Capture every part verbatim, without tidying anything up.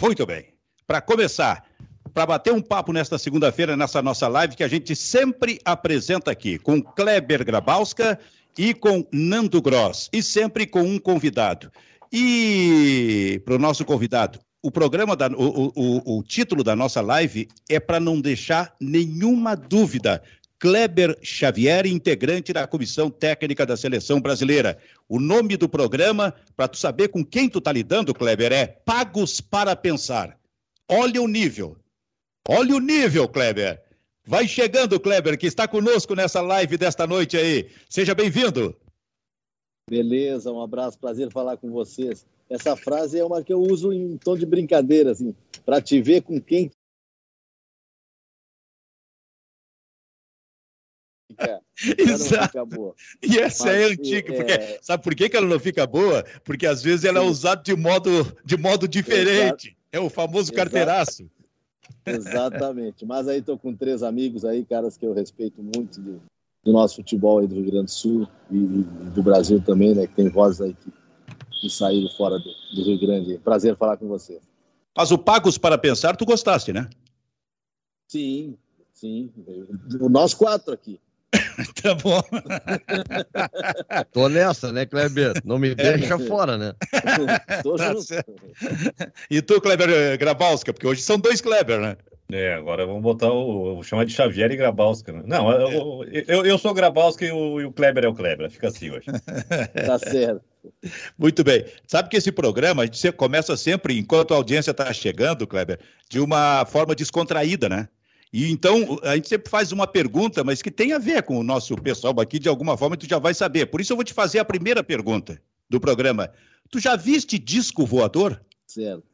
Muito bem. Para começar, para bater um papo nesta segunda-feira, nessa nossa live, que a gente sempre apresenta aqui, com Kleber Grabowska e com Nando Gross, e sempre com um convidado. E para o nosso convidado, o programa, da, o, o, o título da nossa live é para não deixar nenhuma dúvida. Kleber Xavier, integrante da Comissão Técnica da Seleção Brasileira. O nome do programa, para tu saber com quem tu tá lidando, Kleber, é Pagos para Pensar. Olha o nível. Olha o nível, Kleber. Vai chegando, Kleber, que está conosco nessa live desta noite aí. Seja bem-vindo. Beleza, um abraço, prazer falar com vocês. Essa frase é uma que eu uso em tom de brincadeira, assim, para te ver com quem... Exato. E essa Mas, é antiga, é... porque sabe por que, que ela não fica boa? Porque às vezes ela Sim. é usada de modo, de modo diferente. Exato. É o famoso Exato. carteiraço. Exatamente. Mas aí estou com três amigos aí, caras que eu respeito muito do, do nosso futebol aí do Rio Grande do Sul e, e do Brasil também, né? Que tem vozes aí que, que saíram fora do, do Rio Grande. Prazer falar com você. Mas o Pagos para Pensar, tu gostaste, né? Sim, sim. Nós quatro aqui. Tá bom. Tô nessa, né, Kleber? Não me deixa é. fora, né? Tô tá e tu, Kleber Grabowska? Porque hoje são dois Kleber, né? É, agora vamos botar o... Vou chamar de Xavier e Grabowska, né? Não, é. eu, eu, eu sou o Grabowska e o, e o Kleber é o Kleber. Fica assim hoje. Tá certo. Muito bem. Sabe que esse programa, a gente começa sempre, enquanto a audiência está chegando, Kleber, de uma forma descontraída, né? E então, a gente sempre faz uma pergunta, mas que tem a ver com o nosso pessoal aqui, de alguma forma, tu já vai saber. Por isso eu vou te fazer a primeira pergunta do programa. Tu já viste disco voador? Certo.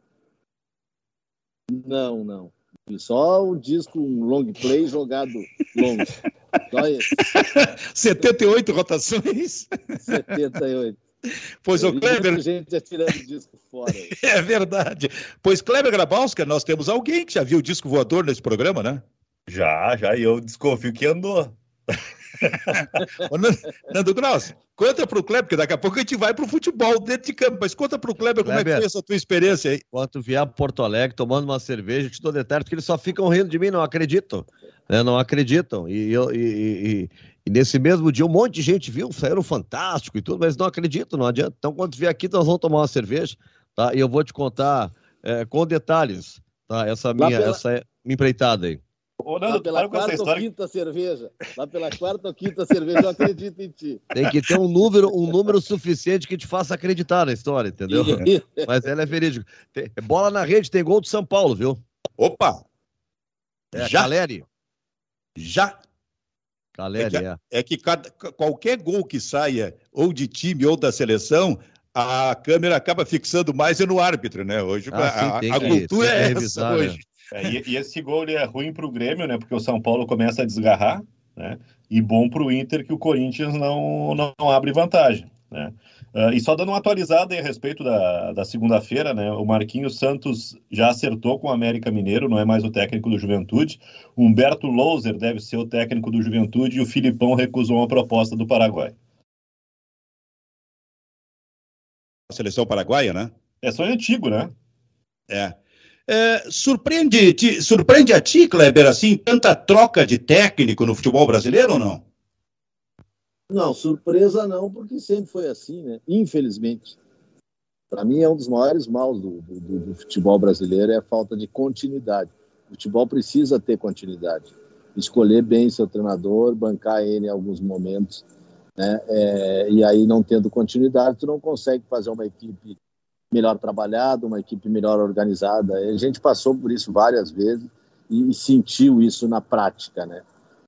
Não, não. Só um disco, um long play jogado longe. Só esse. setenta e oito rotações? setenta e oito. Pois o Kleber... Muita gente atirando disco fora. É verdade. Pois, Kleber Grabowska, nós temos alguém que já viu o disco voador nesse programa, né? Já, já, e eu desconfio que andou. Ô, Nando Gross, conta pro Kleber, porque daqui a pouco a gente vai pro futebol dentro de campo, mas conta pro Kleber, Kleber como é que foi essa tua experiência aí. Quando tu vier pro Porto Alegre tomando uma cerveja, eu te dou detalhe, porque eles só ficam rindo de mim, não acreditam. Né? Não acreditam. E, eu, e, e, e nesse mesmo dia um monte de gente viu, saíram fantástico e tudo, mas não acreditam, não adianta. Então quando tu vier aqui, nós vamos tomar uma cerveja, tá? E eu vou te contar é, com detalhes, tá? Essa minha, pela... essa minha empreitada aí. Ô, Nando, lá pela quarta ou quinta cerveja. Lá pela quarta ou quinta cerveja, eu acredito em ti. Tem que ter um número, um número suficiente que te faça acreditar na história, entendeu? Mas ela é verídica. Tem, bola na rede, tem gol do São Paulo, viu? Opa! É, já? Caleri. Já? Caleri, é. Que, é. é que cada, qualquer gol que saia, ou de time ou da seleção, a câmera acaba fixando mais no árbitro, né? Hoje ah, a, sim, a, a que, cultura é revisar, essa hoje. Né? É, e, e esse gol ele é ruim para o Grêmio, né? Porque o São Paulo começa a desgarrar, né? E bom para o Inter que o Corinthians não, não, não abre vantagem, né? Uh, e só dando uma atualizada a respeito da, da segunda-feira, né? O Marquinhos Santos já acertou com o América Mineiro, não é mais o técnico do Juventude. O Humberto Louser deve ser o técnico do Juventude e o Filipão recusou uma proposta do Paraguai. A seleção paraguaia, né? É só antigo, né? É. É, surpreende, te, surpreende a ti, Kleber, assim, tanta troca de técnico no futebol brasileiro ou não? Não, surpresa não, porque sempre foi assim, né? Infelizmente. Para mim é um dos maiores maus do, do, do futebol brasileiro é a falta de continuidade. O futebol precisa ter continuidade. Escolher bem seu treinador, bancar ele em alguns momentos, né? É, e aí não tendo continuidade, tu não consegue fazer uma equipe melhor trabalhada, uma equipe melhor organizada. A gente passou por isso várias vezes e, e sentiu isso na prática, né?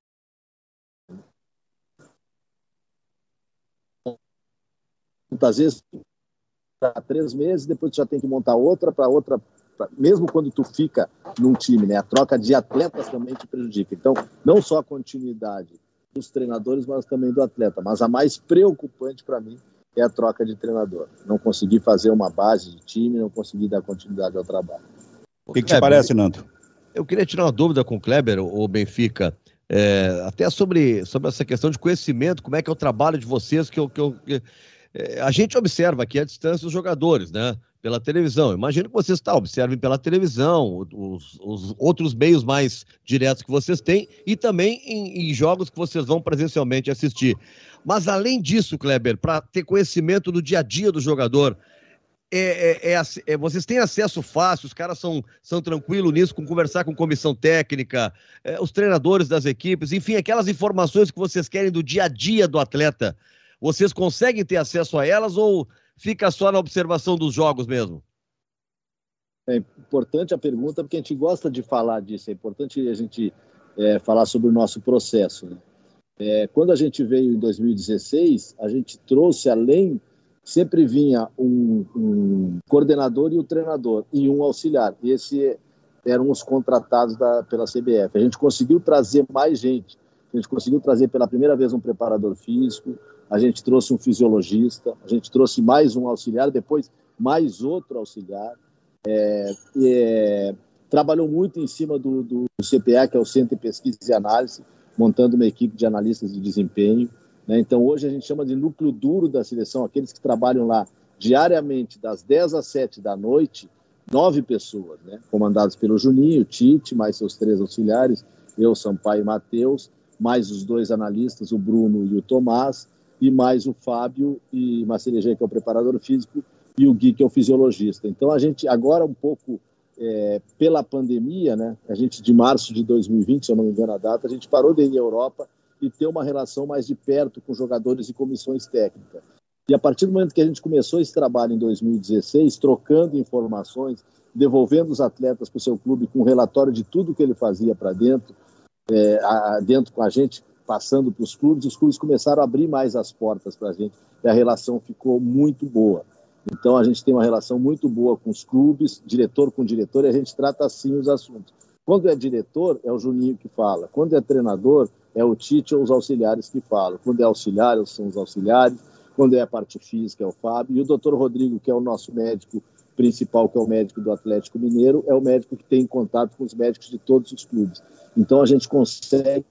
Muitas vezes, para três meses, depois tu já tem que montar outra para outra, pra... mesmo quando tu fica num time, né? A troca de atletas também te prejudica. Então, não só a continuidade dos treinadores, mas também do atleta. Mas a mais preocupante para mim é a troca de treinador. Não consegui fazer uma base de time, não consegui dar continuidade ao trabalho. O que, que te parece, Nando? Eu queria tirar uma dúvida com o Kleber, o Benfica, é, até sobre, sobre essa questão de conhecimento, como é que é o trabalho de vocês, que eu, que eu, que é, a gente observa aqui à distância os jogadores, né? Pela televisão. Imagino que vocês tá, observem pela televisão, os, os outros meios mais diretos que vocês têm e também em, em jogos que vocês vão presencialmente assistir. Mas além disso, Kleber, para ter conhecimento do dia a dia do jogador, é, é, é, é, vocês têm acesso fácil, os caras são, são tranquilos nisso, com conversar com comissão técnica, é, os treinadores das equipes, enfim, aquelas informações que vocês querem do dia a dia do atleta, vocês conseguem ter acesso a elas ou fica só na observação dos jogos mesmo? É importante a pergunta, porque a gente gosta de falar disso, é importante a gente é, falar sobre o nosso processo, né? É, quando a gente veio em dois mil e dezesseis, a gente trouxe, além, sempre vinha um, um coordenador e um treinador, e um auxiliar. Esse eram os contratados da, pela C B F. A gente conseguiu trazer mais gente, a gente conseguiu trazer pela primeira vez um preparador físico, a gente trouxe um fisiologista, a gente trouxe mais um auxiliar, depois mais outro auxiliar. É, é, trabalhou muito em cima do, do C P A, que é o Centro de Pesquisa e Análise, montando uma equipe de analistas de desempenho, né? Então, hoje a gente chama de núcleo duro da seleção, aqueles que trabalham lá diariamente, das dez às sete da noite, nove pessoas, né? Comandados pelo Juninho, Tite, mais seus três auxiliares, eu, Sampaio e Matheus, mais os dois analistas, o Bruno e o Tomás, e mais o Fábio e Macereje, que é o preparador físico, e o Gui, que é o fisiologista. Então, a gente, agora um pouco é, pela pandemia, né, a gente de março de dois mil e vinte, se eu não me engano a data, a gente parou de ir à Europa e ter uma relação mais de perto com jogadores e comissões técnicas. E a partir do momento que a gente começou esse trabalho em dois mil e dezesseis, trocando informações, devolvendo os atletas para o seu clube com um relatório de tudo que ele fazia para dentro, é, a, dentro com a gente, passando para os clubes, os clubes começaram a abrir mais as portas para a gente e a relação ficou muito boa. Então, a gente tem uma relação muito boa com os clubes, diretor com diretor, e a gente trata assim os assuntos. Quando é diretor, é o Juninho que fala. Quando é treinador, é o Tite ou os auxiliares que falam. Quando é auxiliar, são os auxiliares. Quando é a parte física, é o Fábio. E o doutor Rodrigo, que é o nosso médico principal, que é o médico do Atlético Mineiro, é o médico que tem contato com os médicos de todos os clubes. Então, a gente consegue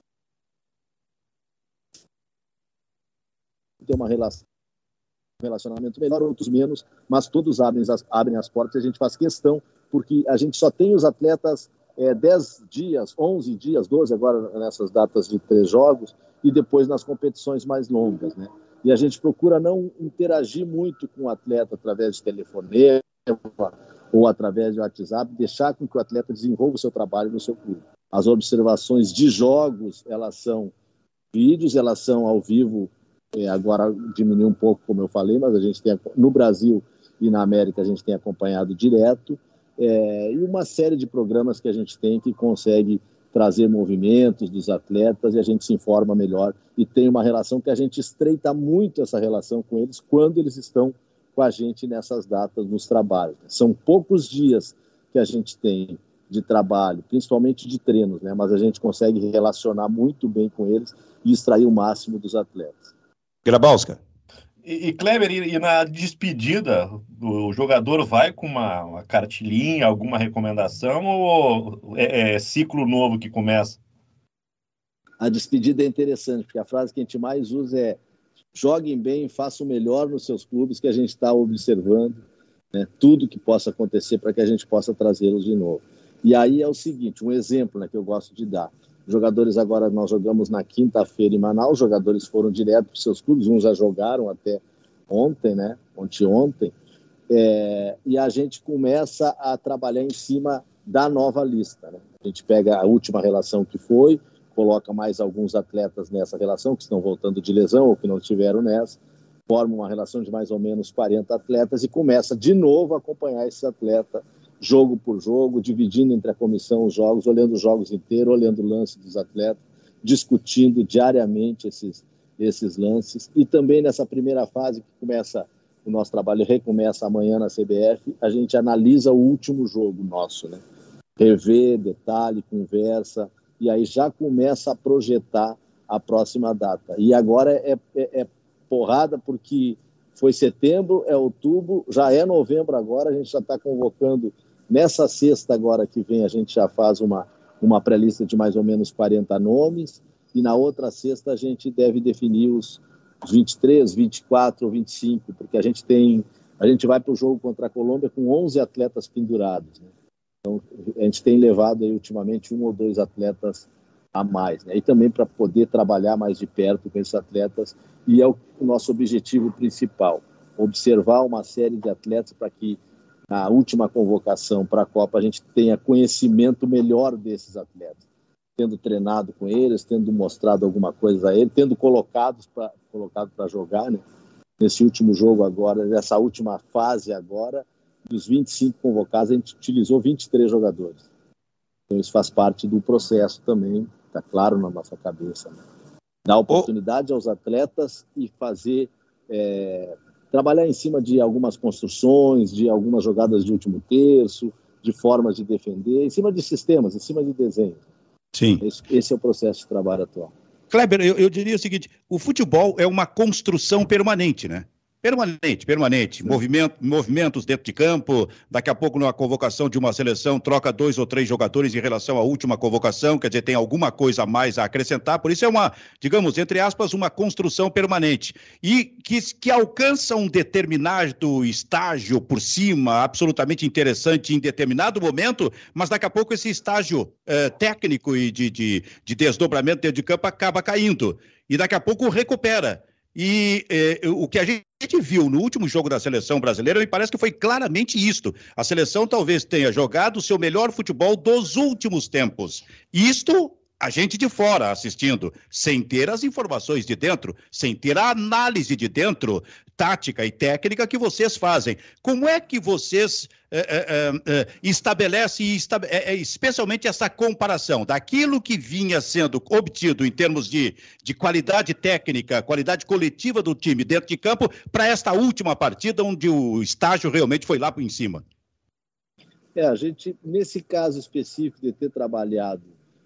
ter uma relação relacionamento melhor, outros menos, mas todos abrem as, abrem as portas e a gente faz questão, porque a gente só tem os atletas é, dez dias, onze dias, doze agora nessas datas de três jogos, e depois nas competições mais longas, né? E a gente procura não interagir muito com o atleta através de telefonema ou através de WhatsApp, deixar com que o atleta desenvolva o seu trabalho no seu clube. As observações de jogos, elas são vídeos, elas são ao vivo. É, agora diminuiu um pouco, como eu falei, mas a gente tem, no Brasil e na América, a gente tem acompanhado direto, é, e uma série de programas que a gente tem que consegue trazer movimentos dos atletas e a gente se informa melhor e tem uma relação que a gente estreita muito essa relação com eles quando eles estão com a gente nessas datas, nos trabalhos. São poucos dias que a gente tem de trabalho, principalmente de treinos, né? Mas a gente consegue relacionar muito bem com eles e extrair o máximo dos atletas. Grabowska. E, e Kleber, e, e na despedida, o jogador vai com uma, uma cartilinha, alguma recomendação ou é, é ciclo novo que começa? A despedida é interessante, porque a frase que a gente mais usa é: joguem bem, façam o melhor nos seus clubes, que a gente está observando, né, tudo que possa acontecer para que a gente possa trazê-los de novo. E aí é o seguinte, um exemplo, né, que eu gosto de dar. Jogadores agora, nós jogamos na quinta-feira em Manaus, os jogadores foram direto para os seus clubes, uns já jogaram até ontem, né, ontem ontem, é, e a gente começa a trabalhar em cima da nova lista, né? A gente pega a última relação que foi, coloca mais alguns atletas nessa relação, que estão voltando de lesão ou que não estiveram nessa, forma uma relação de mais ou menos quarenta atletas e começa de novo a acompanhar esse atleta jogo por jogo, dividindo entre a comissão os jogos, olhando os jogos inteiros, olhando o lance dos atletas, discutindo diariamente esses, esses lances. E também nessa primeira fase, que começa o nosso trabalho, recomeça amanhã na C B F, a gente analisa o último jogo nosso, né? Revê, detalhe, conversa, e aí já começa a projetar a próxima data. E agora é, é, é porrada, porque foi setembro, é outubro, já é novembro agora, a gente já está convocando. Nessa sexta agora que vem, a gente já faz uma, uma pré-lista de mais ou menos quarenta nomes, e na outra sexta a gente deve definir os, vinte e três, vinte e quatro ou vinte e cinco, porque a gente tem, a gente vai para o jogo contra a Colômbia com onze atletas pendurados, né? Então, a gente tem levado aí ultimamente um ou dois atletas a mais, né? E também para poder trabalhar mais de perto com esses atletas, e é o, o nosso objetivo principal, observar uma série de atletas para que na última convocação para a Copa a gente tenha conhecimento melhor desses atletas, tendo treinado com eles, tendo mostrado alguma coisa a eles, tendo colocados para colocado para jogar, né? Nesse último jogo agora, nessa última fase agora, dos vinte e cinco convocados, a gente utilizou vinte e três jogadores. Então isso faz parte do processo também, está claro na nossa cabeça, né? Dar oportunidade aos atletas e fazer, é, trabalhar em cima de algumas construções, de algumas jogadas de último terço, de formas de defender, em cima de sistemas, em cima de desenho. Sim. Esse, esse é o processo de trabalho atual. Kleber, eu, eu diria o seguinte, o futebol é uma construção permanente, né? Permanente, permanente. Movimento, movimentos dentro de campo, daqui a pouco numa convocação de uma seleção, troca dois ou três jogadores em relação à última convocação, quer dizer, tem alguma coisa a mais a acrescentar, por isso é uma, digamos, entre aspas, uma construção permanente. E que, que alcança um determinado estágio por cima, absolutamente interessante em determinado momento, mas daqui a pouco esse estágio eh, técnico e de, de, de desdobramento dentro de campo acaba caindo. E daqui a pouco recupera. E eh, o que a gente viu no último jogo da seleção brasileira, me parece que foi claramente isto. A seleção talvez tenha jogado o seu melhor futebol dos últimos tempos. Isto, a gente de fora assistindo, sem ter as informações de dentro, sem ter a análise de dentro, tática e técnica que vocês fazem. Como é que vocês é, é, é, estabelecem, estabe- é, especialmente essa comparação daquilo que vinha sendo obtido em termos de, de qualidade técnica, qualidade coletiva do time dentro de campo, para esta última partida, onde o estágio realmente foi lá por em cima? É, a gente, nesse caso específico de ter trabalhado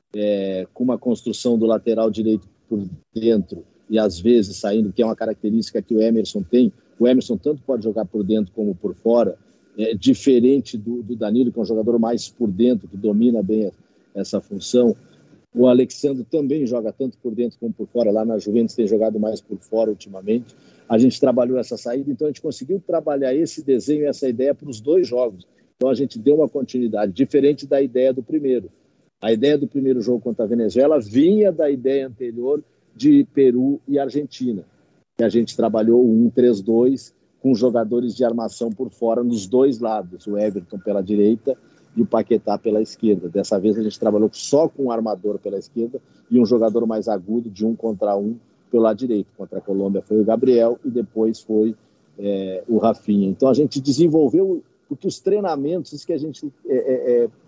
é, com uma construção do lateral direito por dentro, e às vezes saindo, que é uma característica que o Emerson tem, o Emerson tanto pode jogar por dentro como por fora, é diferente do, do Danilo, que é um jogador mais por dentro, que domina bem essa função. O Alexandre também joga tanto por dentro como por fora, lá na Juventus tem jogado mais por fora ultimamente. A gente trabalhou essa saída, então a gente conseguiu trabalhar esse desenho e essa ideia para os dois jogos. Então a gente deu uma continuidade, diferente da ideia do primeiro. A ideia do primeiro jogo contra a Venezuela vinha da ideia anterior de Peru e Argentina, que a gente trabalhou o um três dois com jogadores de armação por fora nos dois lados, o Everton pela direita e o Paquetá pela esquerda. Dessa vez a gente trabalhou só com um armador pela esquerda e um jogador mais agudo de um contra um pelo lado direito. Contra a Colômbia foi o Gabriel e depois foi é, o Rafinha. Então a gente desenvolveu, porque os treinamentos, isso que a gente é, é, é,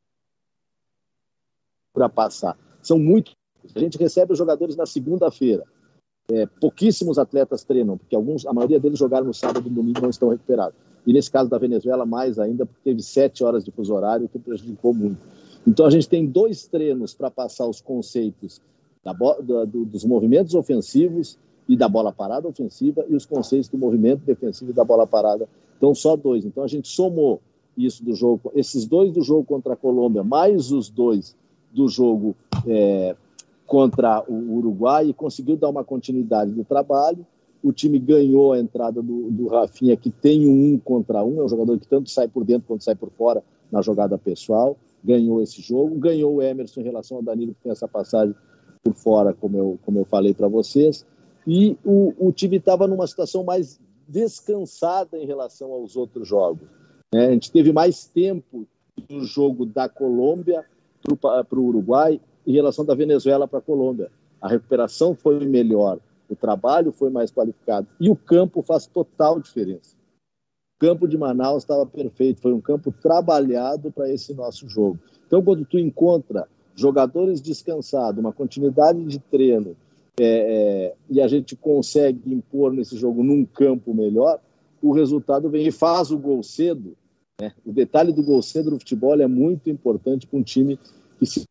para passar, são muito. A gente recebe os jogadores na segunda-feira. É, pouquíssimos atletas treinam, porque alguns, a maioria deles jogaram no sábado e no domingo e não estão recuperados. E nesse caso da Venezuela, mais ainda, porque teve sete horas de fuso horário, que prejudicou muito. Então a gente tem dois treinos para passar os conceitos da bo- da, do, dos movimentos ofensivos e da bola parada ofensiva e os conceitos do movimento defensivo e da bola parada. Então só dois. Então a gente somou isso do jogo, esses dois do jogo contra a Colômbia, mais os dois do jogo é, contra o Uruguai, e conseguiu dar uma continuidade do trabalho. O time ganhou a entrada do, do Rafinha, que tem um um contra um, é um jogador que tanto sai por dentro quanto sai por fora na jogada pessoal, ganhou esse jogo, ganhou o Emerson em relação ao Danilo, que tem essa passagem por fora, como eu, como eu falei para vocês, e o, o time estava numa situação mais descansada em relação aos outros jogos, né? A gente teve mais tempo no jogo da Colômbia para o Uruguai em relação da Venezuela para a Colômbia. A recuperação foi melhor, o trabalho foi mais qualificado e o campo faz total diferença. O campo de Manaus estava perfeito, foi um campo trabalhado para esse nosso jogo. Então, quando tu encontra jogadores descansados, uma continuidade de treino, é, é, e a gente consegue impor nesse jogo num campo melhor, o resultado vem e faz o gol cedo, né? O detalhe do gol cedo no futebol é muito importante para um time que se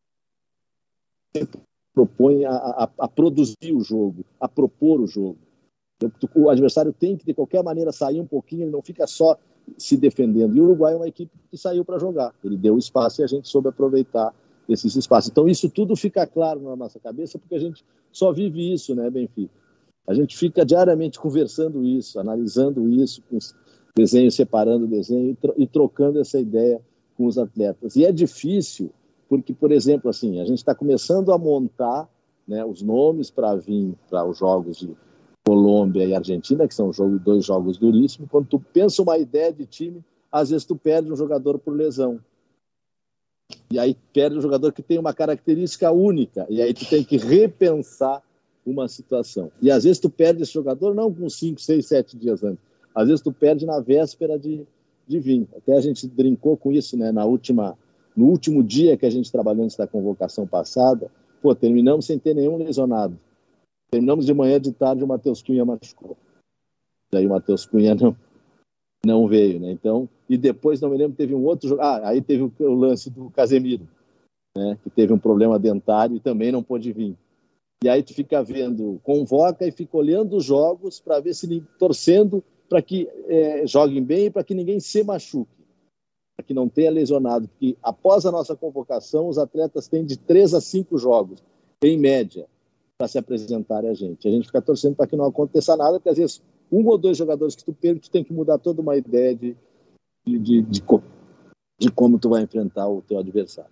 propõe a, a, a produzir o jogo, a propor o jogo. O adversário tem que, de qualquer maneira, sair um pouquinho, ele não fica só se defendendo. E o Uruguai é uma equipe que saiu para jogar. Ele deu espaço e a gente soube aproveitar esses espaços. Então, isso tudo fica claro na nossa cabeça, porque a gente só vive isso, né, Benfica? A gente fica diariamente conversando isso, analisando isso, com os desenhos, separando o desenho e, tro e trocando essa ideia com os atletas. E é difícil, porque, por exemplo, assim, a gente está começando a montar, né, os nomes para vir para os jogos de Colômbia e Argentina, que são jogo, dois jogos duríssimos. Quando tu pensa uma ideia de time, às vezes tu perde um jogador por lesão. E aí perde um jogador que tem uma característica única. E aí tu tem que repensar uma situação. E às vezes tu perde esse jogador não com cinco, seis, sete dias antes. Às vezes tu perde na véspera de, de vir. Até a gente brincou com isso, né? Na última, no último dia que a gente trabalhou antes da convocação passada, pô, terminamos sem ter nenhum lesionado. Terminamos de manhã, de tarde, o Matheus Cunha machucou. Daí o Matheus Cunha não, não veio, né? Então, e depois, não me lembro, teve um outro jogo. Ah, aí teve o, o lance do Casemiro, né? Que teve um problema dentário e também não pôde vir. E aí tu fica vendo, convoca e fica olhando os jogos para ver se torcendo para que é, joguem bem e para que ninguém se machuque, para que não tenha lesionado. Porque após a nossa convocação, os atletas têm de três a cinco jogos, em média, para se apresentarem a gente. A gente fica torcendo para que não aconteça nada, porque às vezes um ou dois jogadores que tu perde, tu tem que mudar toda uma ideia de, de, de, de, de como tu vai enfrentar o teu adversário.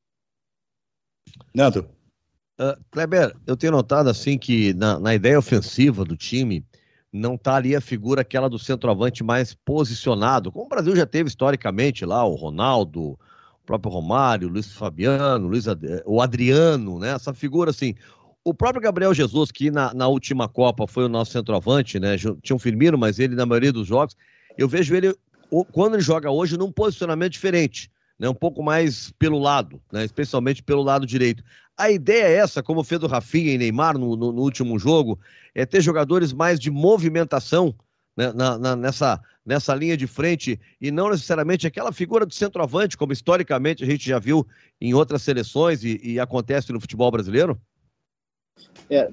Nando. Uh, Kleber, eu tenho notado assim que na, na ideia ofensiva do time não está ali a figura aquela do centroavante mais posicionado, como o Brasil já teve historicamente lá, o Ronaldo, o próprio Romário, o Luiz Fabiano, o, Luiz Ad... o Adriano, né? Essa figura assim. O próprio Gabriel Jesus, que na, na última Copa foi o nosso centroavante, né? Tinha um Firmino, mas ele na maioria dos jogos, eu vejo ele, quando ele joga hoje, num posicionamento diferente, né? Um pouco mais pelo lado, né? Especialmente pelo lado direito. A ideia é essa, como fez o Rafinha e Neymar no, no, no último jogo, é ter jogadores mais de movimentação, né? na, na, nessa, nessa linha de frente e não necessariamente aquela figura do centroavante, como historicamente a gente já viu em outras seleções e, e acontece no futebol brasileiro? É,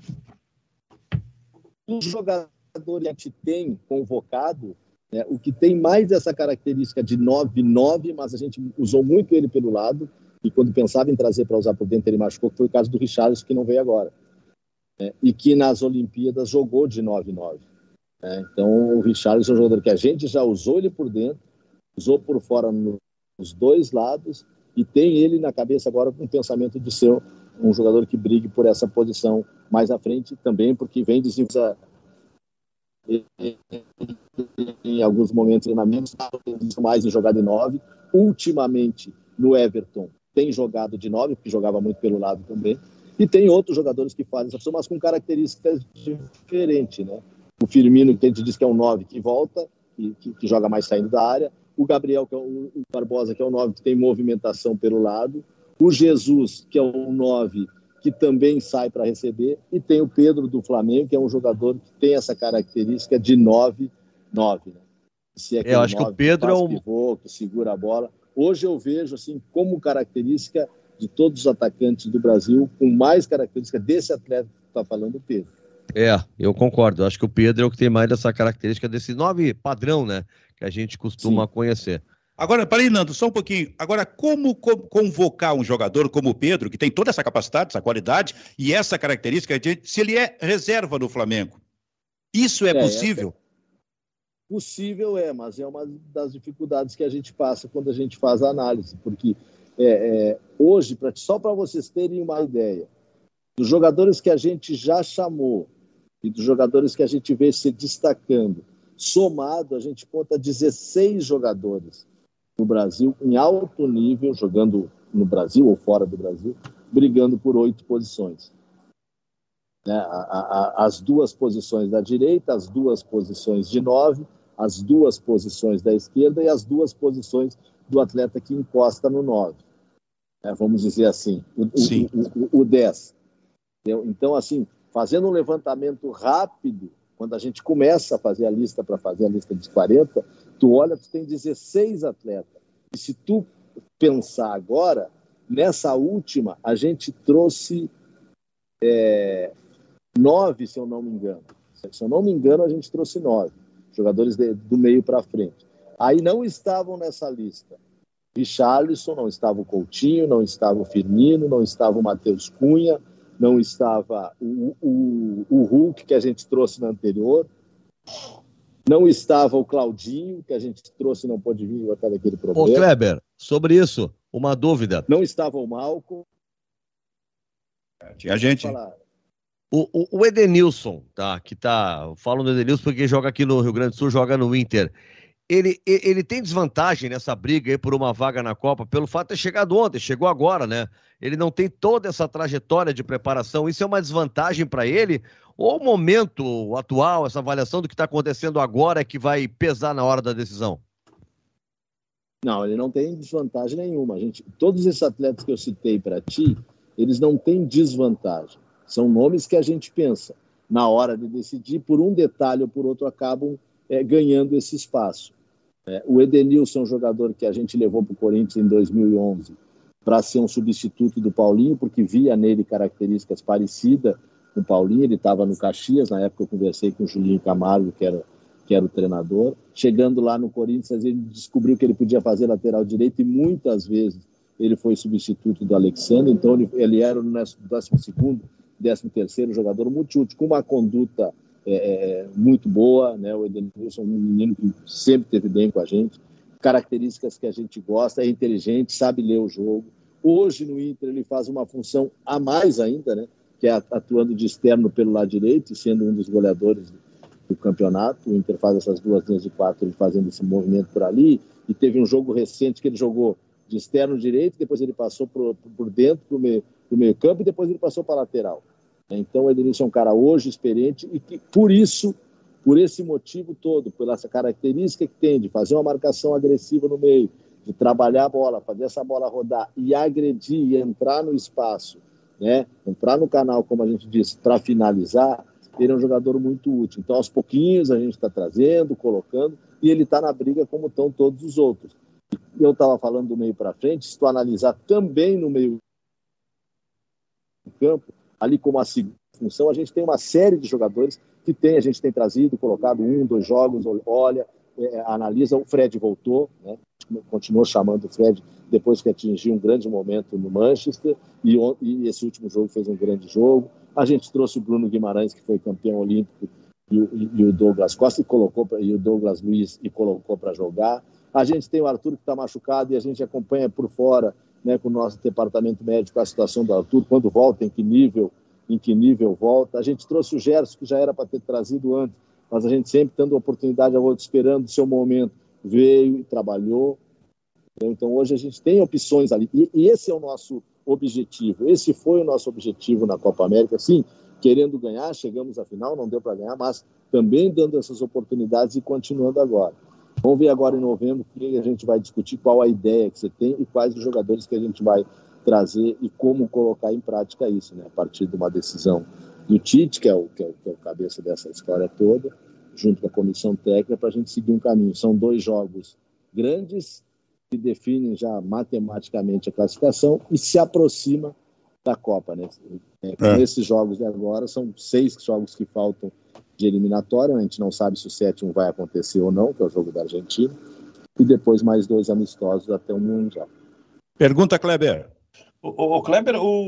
o jogador que a gente tem convocado, né, o que tem mais essa característica de nove nove, mas a gente usou muito ele pelo lado, e quando pensava em trazer para usar por dentro, ele machucou, que foi o caso do Richarlison, que não veio agora. Né, e que nas Olimpíadas jogou de nove nove. Né, então, o Richarlison é um jogador que a gente já usou ele por dentro, usou por fora nos dois lados, e tem ele na cabeça agora com o pensamento de ser um jogador que brigue por essa posição mais à frente, também porque vem desenvolvendo em alguns momentos treinamentos mais em jogar de nove. Ultimamente, no Everton, tem jogado de nove, porque jogava muito pelo lado também, e tem outros jogadores que fazem essa função, mas com características diferentes, né? O Firmino, que a gente diz que é um nove que volta, que, que, que joga mais saindo da área, o Gabriel, que é o, o Barbosa, que é o nove, que tem movimentação pelo lado, o Jesus, que é um nove que também sai para receber, e tem o Pedro do Flamengo, que é um jogador que tem essa característica de nove nove. Né? Se é eu acho que o Pedro que é o pivô, que segura a bola. Hoje eu vejo assim como característica de todos os atacantes do Brasil, com mais característica desse atleta que está falando, o Pedro. É, eu concordo. Eu acho que o Pedro é o que tem mais dessa característica desse nove padrão, né? Que a gente costuma Sim. conhecer. Agora, peraí, Nando, só um pouquinho. Agora, como co- convocar um jogador como o Pedro, que tem toda essa capacidade, essa qualidade e essa característica, de, se ele é reserva no Flamengo? Isso é, é possível? É possível é, mas é uma das dificuldades que a gente passa quando a gente faz a análise, porque é, é, hoje, pra, só para vocês terem uma ideia, dos jogadores que a gente já chamou e dos jogadores que a gente vê se destacando, somado, a gente conta dezesseis jogadores no Brasil, em alto nível, jogando no Brasil ou fora do Brasil, brigando por oito posições. Né? A, a, as duas posições da direita, as duas posições de nove, as duas posições da esquerda e as duas posições do atleta que encosta no nove. É, vamos dizer assim, o, o, o, o dez. Então, assim, fazendo um levantamento rápido, quando a gente começa a fazer a lista para fazer a lista dos quarenta, tu olha, tu tem dezesseis atletas. E se tu pensar agora, nessa última, a gente trouxe é, nove, se eu não me engano. Se eu não me engano, a gente trouxe nove jogadores de, do meio para frente. Aí não estavam nessa lista Richarlison, não estava o Coutinho, não estava o Firmino, não estava o Matheus Cunha, não estava o, o, o Hulk, que a gente trouxe na anterior, não estava o Claudinho, que a gente trouxe e não pôde vir por causa daquele problema. Ô, Kleber, sobre isso, uma dúvida. Não estava o Malcolm. A gente... O, o, o Edenilson, tá, que tá, eu falo do Edenilson porque joga aqui no Rio Grande do Sul, joga no Inter. Ele, ele tem desvantagem nessa briga aí por uma vaga na Copa, pelo fato de ter chegado ontem, chegou agora, né? Ele não tem toda essa trajetória de preparação, isso é uma desvantagem para ele? Ou o momento atual, essa avaliação do que está acontecendo agora é que vai pesar na hora da decisão? Não, ele não tem desvantagem nenhuma. A gente, todos esses atletas que eu citei para ti, eles não têm desvantagem. São nomes que a gente pensa, na hora de decidir, por um detalhe ou por outro, acabam é, ganhando esse espaço. É, o Edenilson é um jogador que a gente levou para o Corinthians em dois mil e onze para ser um substituto do Paulinho, porque via nele características parecidas com o Paulinho. Ele estava no Caxias, na época eu conversei com o Julinho Camargo, que era, que era o treinador. Chegando lá no Corinthians, ele descobriu que ele podia fazer lateral direito e muitas vezes ele foi substituto do Alexandre, então ele, ele era o décimo segundo, décimo terceiro jogador multiútil, com uma conduta é, muito boa, né? O Edenilson é um menino que sempre esteve bem com a gente, características que a gente gosta, é inteligente, sabe ler o jogo. Hoje no Inter ele faz uma função a mais ainda, né? Que é atuando de externo pelo lado direito, sendo um dos goleadores do campeonato. O Inter faz essas duas linhas de quatro, ele fazendo esse movimento por ali, e teve um jogo recente que ele jogou de externo direito, depois ele passou por, por dentro, para o meio, meio campo, e depois ele passou para a lateral. Então o Edenilson é um cara hoje experiente, e que por isso, por esse motivo todo, por essa característica que tem de fazer uma marcação agressiva no meio, de trabalhar a bola, fazer essa bola rodar e agredir e entrar no espaço, né? Entrar no canal, como a gente disse, para finalizar, ele é um jogador muito útil. Então aos pouquinhos a gente está trazendo, colocando, e ele está na briga como estão todos os outros. Eu estava falando do meio para frente, se tu analisar também no meio do campo, ali como a segunda função, a gente tem uma série de jogadores que tem, a gente tem trazido, colocado um, dois jogos, olha, é, analisa, o Fred voltou, né? Continuou chamando o Fred depois que atingiu um grande momento no Manchester, e, e esse último jogo fez um grande jogo. A gente trouxe o Bruno Guimarães, que foi campeão olímpico, e o, e o Douglas Costa, e, colocou pra, e o Douglas Luiz, e colocou para jogar. A gente tem o Arthur, que está machucado, e a gente acompanha por fora, né, com o nosso departamento médico, a situação do Arthur, quando volta, em que nível, em que nível volta. A gente trouxe o Gerson, que já era para ter trazido antes, mas a gente sempre dando oportunidade ao outro, esperando o seu momento, veio e trabalhou. Então hoje a gente tem opções ali, e, e esse é o nosso objetivo, esse foi o nosso objetivo na Copa América, sim, querendo ganhar, chegamos à final, não deu para ganhar, mas também dando essas oportunidades e continuando agora. Vamos ver agora em novembro que a gente vai discutir qual a ideia que você tem e quais os jogadores que a gente vai trazer e como colocar em prática isso, né? A partir de uma decisão do Tite, que é o, que é o, que é o cabeça dessa história toda, junto com a comissão técnica, para a gente seguir um caminho. São dois jogos grandes que definem já matematicamente a classificação e se aproxima da Copa, né? É, com é. Esses jogos de agora, são seis jogos que faltam de eliminatória, a gente não sabe se o sétimo vai acontecer ou não, que é o jogo da Argentina, e depois mais dois amistosos até o Mundial. Pergunta, Kleber. O, o Kleber, o,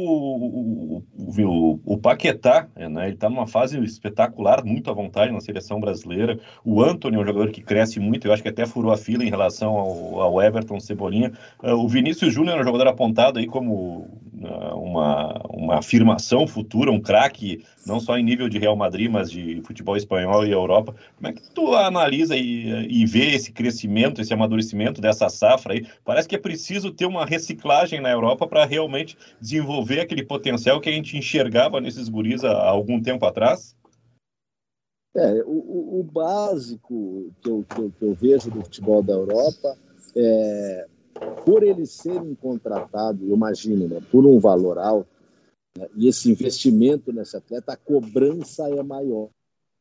o, o, o Paquetá, né, ele está numa fase espetacular, muito à vontade na seleção brasileira. O Antony é um jogador que cresce muito, eu acho que até furou a fila em relação ao, ao Everton Cebolinha. Uh, o Vinícius Júnior é um jogador apontado aí como uh, uma, uma afirmação futura, um craque, não só em nível de Real Madrid, mas de futebol espanhol e Europa. Como é que tu analisa e, e vê esse crescimento, esse amadurecimento dessa safra aí? Parece que é preciso ter uma reciclagem na Europa para realmente desenvolver aquele potencial que a gente enxergava nesses guris há, há algum tempo atrás? É, o, o básico que eu, que, eu, que eu vejo do futebol da Europa é, por eles serem contratados, eu imagino, né, por um valor alto, né, e esse investimento nesse atleta, a cobrança é maior.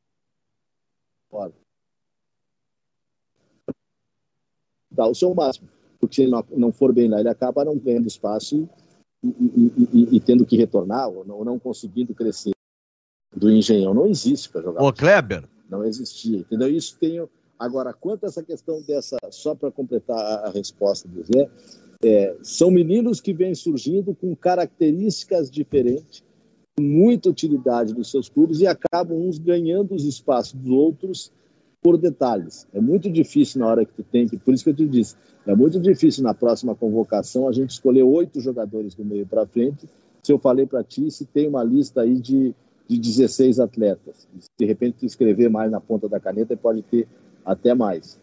Dá o seu máximo, porque se ele não, não for bem lá, ele acaba não ganhando espaço e, e, e, e tendo que retornar, ou não, ou não conseguindo crescer. Do Engenhão não existe para jogar. Ô, Kleber? Não existia, entendeu? Isso tem... Agora, quanto a essa questão dessa, só para completar a, a resposta do Zé, é, são meninos que vêm surgindo com características diferentes, muita utilidade nos seus clubes e acabam uns ganhando os espaços dos outros por detalhes. É muito difícil na hora que tu tem, por isso que eu te disse, é muito difícil na próxima convocação a gente escolher oito jogadores do meio para frente. Se eu falei para ti, se tem uma lista aí de, de dezesseis atletas. De repente tu escrever mais na ponta da caneta pode ter até mais.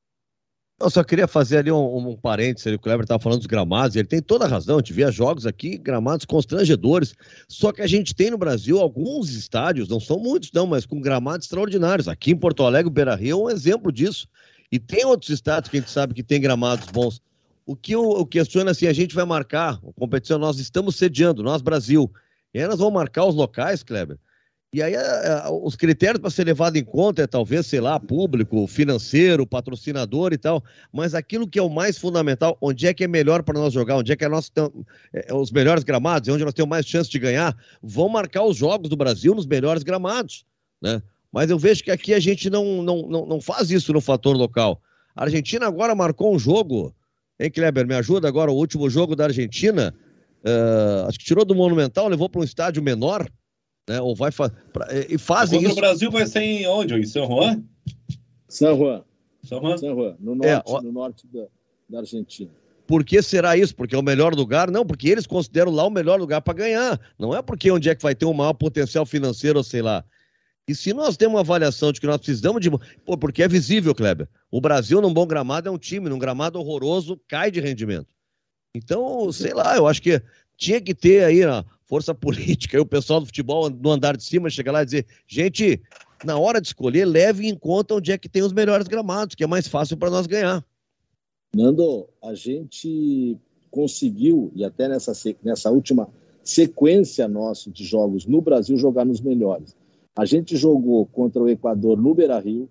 Eu só queria fazer ali um, um parênteses, o Kleber estava falando dos gramados, ele tem toda a razão, a gente via jogos aqui, gramados constrangedores, só que a gente tem no Brasil alguns estádios, não são muitos não, mas com gramados extraordinários. Aqui em Porto Alegre, o Beira-Rio é um exemplo disso, e tem outros estádios que a gente sabe que tem gramados bons. O que eu, eu questiono é assim, a gente vai marcar, a competição nós estamos sediando, nós Brasil, e aí nós vamos marcar os locais, Kleber, e aí a, a, os critérios para ser levado em conta é talvez, sei lá, público, financeiro, patrocinador e tal, mas aquilo que é o mais fundamental, onde é que é melhor para nós jogar, onde é que é, nosso, é, é os melhores gramados, onde nós temos mais chance de ganhar, vão marcar os jogos do Brasil nos melhores gramados, né? Mas eu vejo que aqui a gente não, não, não, não faz isso no fator local. A Argentina agora marcou um jogo, hein, Kleber, me ajuda agora, o último jogo da Argentina, uh, acho que tirou do Monumental, levou para um estádio menor, né? Ou vai fa... pra... e fazem Contra isso. O Brasil vai ser em onde? Em São Juan? São Juan. São Juan? São Juan, no norte, é, ó... no norte da, da Argentina. Por que será isso? Porque é o melhor lugar? Não, porque eles consideram lá o melhor lugar para ganhar. Não é porque onde é que vai ter um maior potencial financeiro, ou sei lá. E se nós temos uma avaliação de que nós precisamos de... Pô, porque é visível, Kleber. O Brasil, num bom gramado, é um time. Num gramado horroroso, cai de rendimento. Então, sei lá, eu acho que tinha que ter aí a força política e o pessoal do futebol no andar de cima chegar lá e dizer, gente, na hora de escolher, leve em conta onde é que tem os melhores gramados, que é mais fácil para nós ganhar. Nando, a gente conseguiu, e até nessa, nessa última sequência nossa de jogos no Brasil, jogar nos melhores. A gente jogou contra o Equador no Beira-Rio,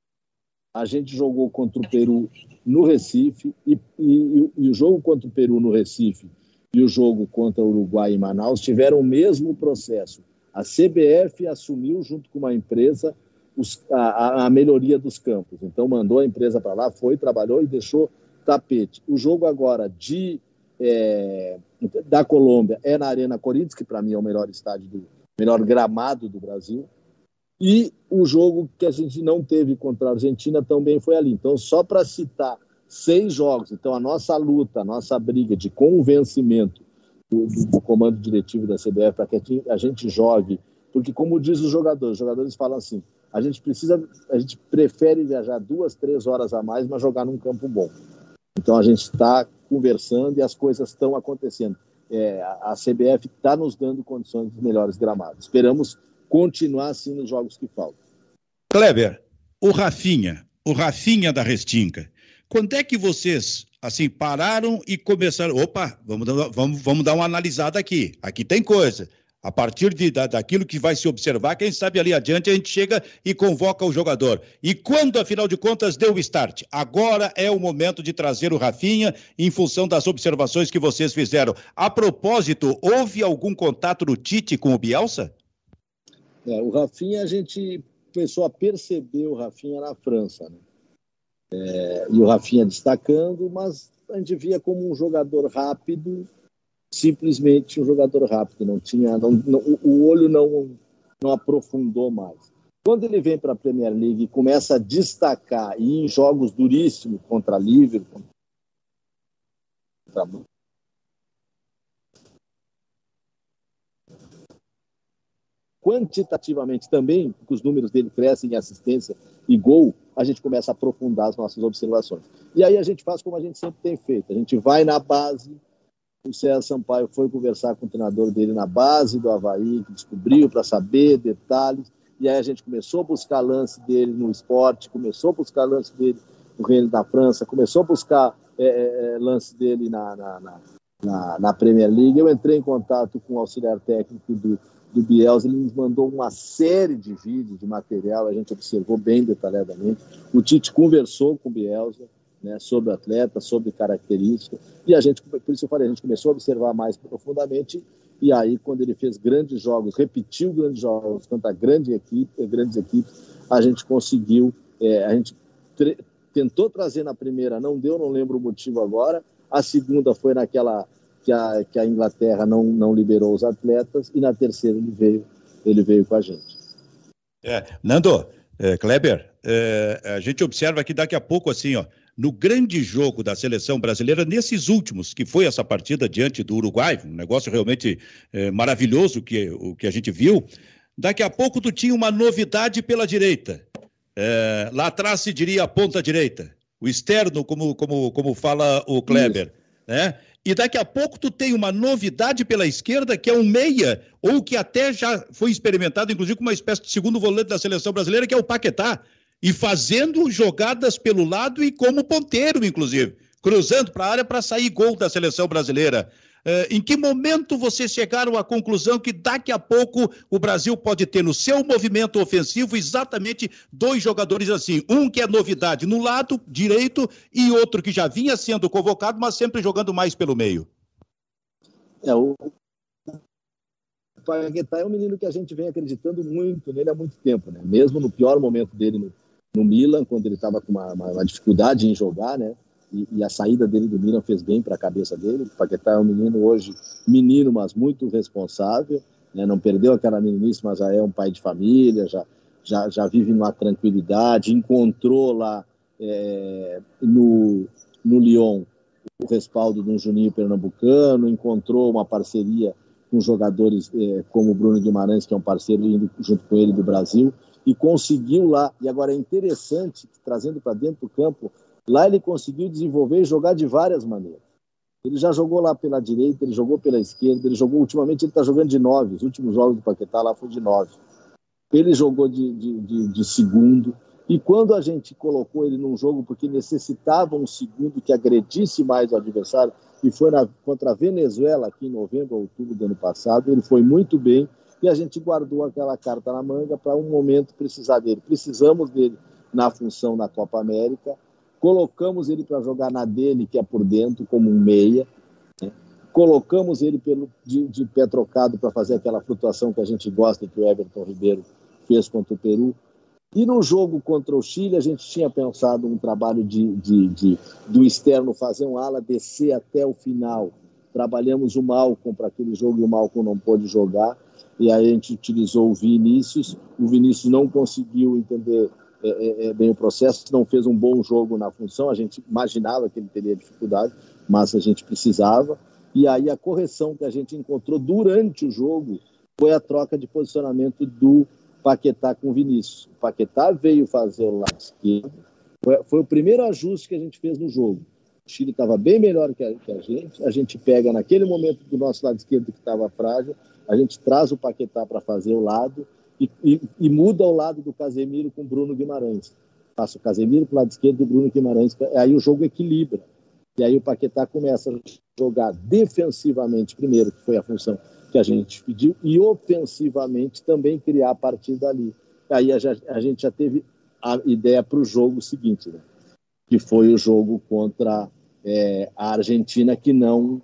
a gente jogou contra o Peru no Recife, e, e, e o jogo contra o Peru no Recife e o jogo contra o Uruguai em Manaus tiveram o mesmo processo. A C B F assumiu, junto com uma empresa, os, a, a melhoria dos campos. Então, mandou a empresa para lá, foi, trabalhou e deixou tapete. O jogo agora de, é, da Colômbia é na Arena Corinthians, que para mim é o melhor estádio, do melhor gramado do Brasil. E o jogo que a gente não teve contra a Argentina também foi ali. Então, só para citar seis jogos, então a nossa luta, a nossa briga de convencimento do, do, do comando diretivo da C B F para que a gente jogue, porque como diz os jogadores, os jogadores falam assim, a gente precisa, a gente prefere viajar duas, três horas a mais, mas jogar num campo bom. Então a gente está conversando e as coisas estão acontecendo. É, a C B F está nos dando condições de melhores gramados. Esperamos continuar assim nos jogos que faltam. Kleber, o Rafinha, o Rafinha da Restinga, quando é que vocês, assim, pararam e começaram, opa, vamos, vamos, vamos dar uma analisada aqui, aqui tem coisa. A partir de, da, daquilo que vai se observar, quem sabe ali adiante a gente chega e convoca o jogador. E quando, afinal de contas, deu o start? Agora é o momento de trazer o Rafinha em função das observações que vocês fizeram. A propósito, houve algum contato do Tite com o Bielsa? É, o Rafinha, a gente começou a perceber o Rafinha na França, né? É, e o Rafinha destacando, mas a gente via como um jogador rápido, simplesmente um jogador rápido, não tinha, não, não, o olho não, não aprofundou mais. Quando ele vem para a Premier League e começa a destacar, e em jogos duríssimos contra Liverpool, contra... quantitativamente também, porque os números dele crescem em assistência e gol, a gente começa a aprofundar as nossas observações. E aí a gente faz como a gente sempre tem feito, a gente vai na base. O César Sampaio foi conversar com o treinador dele na base do Avaí, que descobriu para saber detalhes, e aí a gente começou a buscar lance dele no esporte, começou a buscar lance dele no Reino da França, começou a buscar é, é, lance dele na, na, na, na, na Premier League. Eu entrei em contato com o auxiliar técnico do, do Bielsa, ele nos mandou uma série de vídeos, de material, a gente observou bem detalhadamente. O Tite conversou com o Bielsa, né, sobre o atleta, sobre características, e a gente, por isso eu falei, a gente começou a observar mais profundamente, e aí quando ele fez grandes jogos, repetiu grandes jogos contra grande equipe, grandes equipes, a gente conseguiu, é, a gente tre- tentou trazer na primeira, não deu, não lembro o motivo agora, a segunda foi naquela que a, que a Inglaterra não, não liberou os atletas, e na terceira ele veio, ele veio com a gente. É, Nando, é, Kleber, é, a gente observa que daqui a pouco, assim, ó, no grande jogo da seleção brasileira, nesses últimos, que foi essa partida diante do Uruguai, um negócio realmente é, maravilhoso que, o que a gente viu, daqui a pouco tu tinha uma novidade pela direita. É, lá atrás se diria a ponta direita, o externo, como, como, como fala o Kleber, né? E daqui a pouco tu tem uma novidade pela esquerda, que é um meia, ou que até já foi experimentado, inclusive, com uma espécie de segundo volante da seleção brasileira, que é o Paquetá, e fazendo jogadas pelo lado e como ponteiro, inclusive, cruzando para a área para sair gol da seleção brasileira. Uh, em que momento vocês chegaram à conclusão que daqui a pouco o Brasil pode ter no seu movimento ofensivo exatamente dois jogadores assim, um que é novidade no lado direito e outro que já vinha sendo convocado, mas sempre jogando mais pelo meio? É, o Paquetá é um menino que a gente vem acreditando muito nele há muito tempo, né? Mesmo no pior momento dele no, no Milan, quando ele estava com uma, uma, uma dificuldade em jogar, né? E, e a saída dele do Milan fez bem para a cabeça dele. O Paquetá é um menino hoje, menino, mas muito responsável, né? Não perdeu aquela meninice, mas já é um pai de família, já, já, já vive numa tranquilidade, encontrou lá é, no, no Lyon o respaldo de um Juninho Pernambucano, encontrou uma parceria com jogadores é, como o Bruno Guimarães, que é um parceiro indo junto com ele do Brasil, e conseguiu lá, e agora é interessante, trazendo para dentro do campo, lá ele conseguiu desenvolver e jogar de várias maneiras. Ele já jogou lá pela direita, ele jogou pela esquerda, ele jogou, ultimamente ele está jogando de nove, os últimos jogos do Paquetá lá foi de nove. Ele jogou de, de, de, de segundo, e quando a gente colocou ele num jogo porque necessitava um segundo que agredisse mais o adversário, e foi na, contra a Venezuela aqui em novembro ou outubro do ano passado, ele foi muito bem, e a gente guardou aquela carta na manga para um momento precisar dele. Precisamos dele na função na Copa América, colocamos ele para jogar na dele, que é por dentro, como um meia, né? Colocamos ele pelo, de, de pé trocado para fazer aquela flutuação que a gente gosta, que o Everton Ribeiro fez contra o Peru. E no jogo contra o Chile, a gente tinha pensado um trabalho de, de, de, do externo fazer um ala, descer até o final. Trabalhamos o Malcom para aquele jogo e o Malcom não pôde jogar, e aí a gente utilizou o Vinícius. O Vinícius não conseguiu entender É, é, é bem o processo, não fez um bom jogo na função, a gente imaginava que ele teria dificuldade, mas a gente precisava, e aí a correção que a gente encontrou durante o jogo foi a troca de posicionamento do Paquetá com o Vinícius. O Paquetá veio fazer o lado esquerdo, foi, foi o primeiro ajuste que a gente fez no jogo. O Chile estava bem melhor que a, que a gente, a gente pega naquele momento do nosso lado esquerdo que estava frágil, a gente traz o Paquetá para fazer o lado, E, e, e muda ao lado do Casemiro com o Bruno Guimarães. Passa o Casemiro para o lado esquerdo do Bruno Guimarães. Aí o jogo equilibra. E aí o Paquetá começa a jogar defensivamente primeiro, que foi a função que a gente pediu, e ofensivamente também criar a partir dali. Aí a, a gente já teve a ideia para o jogo seguinte, né? Que foi o jogo contra é, a Argentina, que não,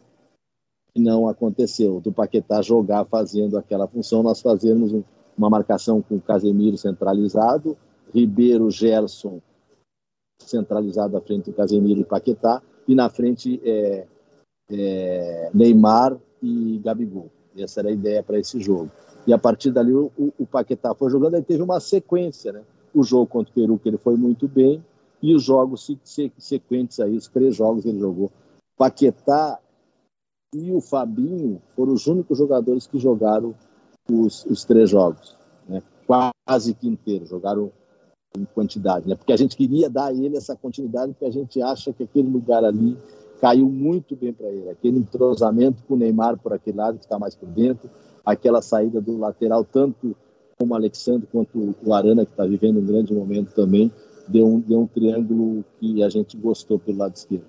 que não aconteceu. Do Paquetá jogar fazendo aquela função, nós fazemos um uma marcação com o Casemiro centralizado, Ribeiro, Gerson centralizado à frente do Casemiro e Paquetá, e na frente é, é, Neymar e Gabigol. Essa era a ideia para esse jogo. E a partir dali o, o Paquetá foi jogando, aí teve uma sequência, né? O jogo contra o Peru, que ele foi muito bem, e os jogos sequentes aí, os três jogos ele jogou. Paquetá e o Fabinho foram os únicos jogadores que jogaram Os, os três jogos, né? Quase que inteiros, jogaram em quantidade, né? Porque a gente queria dar a ele essa continuidade, porque a gente acha que aquele lugar ali caiu muito bem para ele, aquele entrosamento com o Neymar por aquele lado, que está mais por dentro, aquela saída do lateral, tanto como o Alexandre quanto o Arana, que está vivendo um grande momento também, deu um, deu um triângulo que a gente gostou pelo lado esquerdo.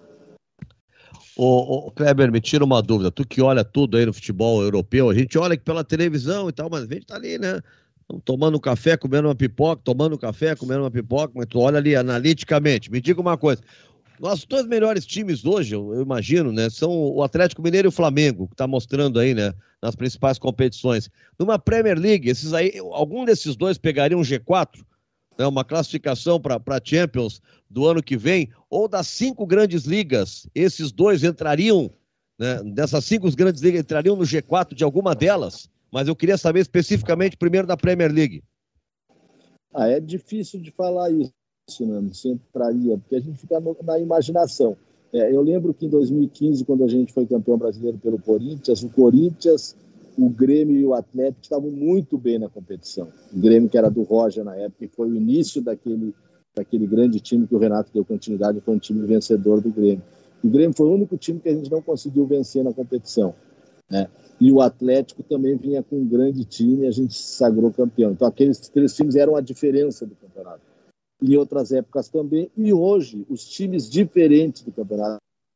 Ô, ô, Kleber, me tira uma dúvida. Tu que olha tudo aí no futebol europeu, a gente olha aqui pela televisão e tal, mas a gente tá ali, né? Tomando um café, comendo uma pipoca, tomando um café, comendo uma pipoca, mas tu olha ali analiticamente. Me diga uma coisa. Nossos dois melhores times hoje, eu, eu imagino, né? São o Atlético Mineiro e o Flamengo, que tá mostrando aí, né? Nas principais competições. Numa Premier League, esses aí, algum desses dois pegaria um G quatro? Né, uma classificação para a Champions do ano que vem, ou das cinco grandes ligas, esses dois entrariam né? Dessas cinco, os grandes ligas entrariam no G quatro de alguma delas, mas eu queria saber especificamente primeiro da Premier League. Ah, é difícil de falar isso, né? Se entraria, porque a gente fica no, na imaginação. É, eu lembro que em dois mil e quinze, quando a gente foi campeão brasileiro pelo Corinthians, o Corinthians, o Grêmio e o Atlético estavam muito bem na competição. O Grêmio, que era do Roger na época, e foi o início daquele, daquele grande time que o Renato deu continuidade, foi um time vencedor do Grêmio. O Grêmio foi o único time que a gente não conseguiu vencer na competição, né? E o Atlético também vinha com um grande time e a gente se sagrou campeão. Então, aqueles três times eram a diferença do campeonato. Em outras épocas também, e hoje, os times diferentes do campeonato,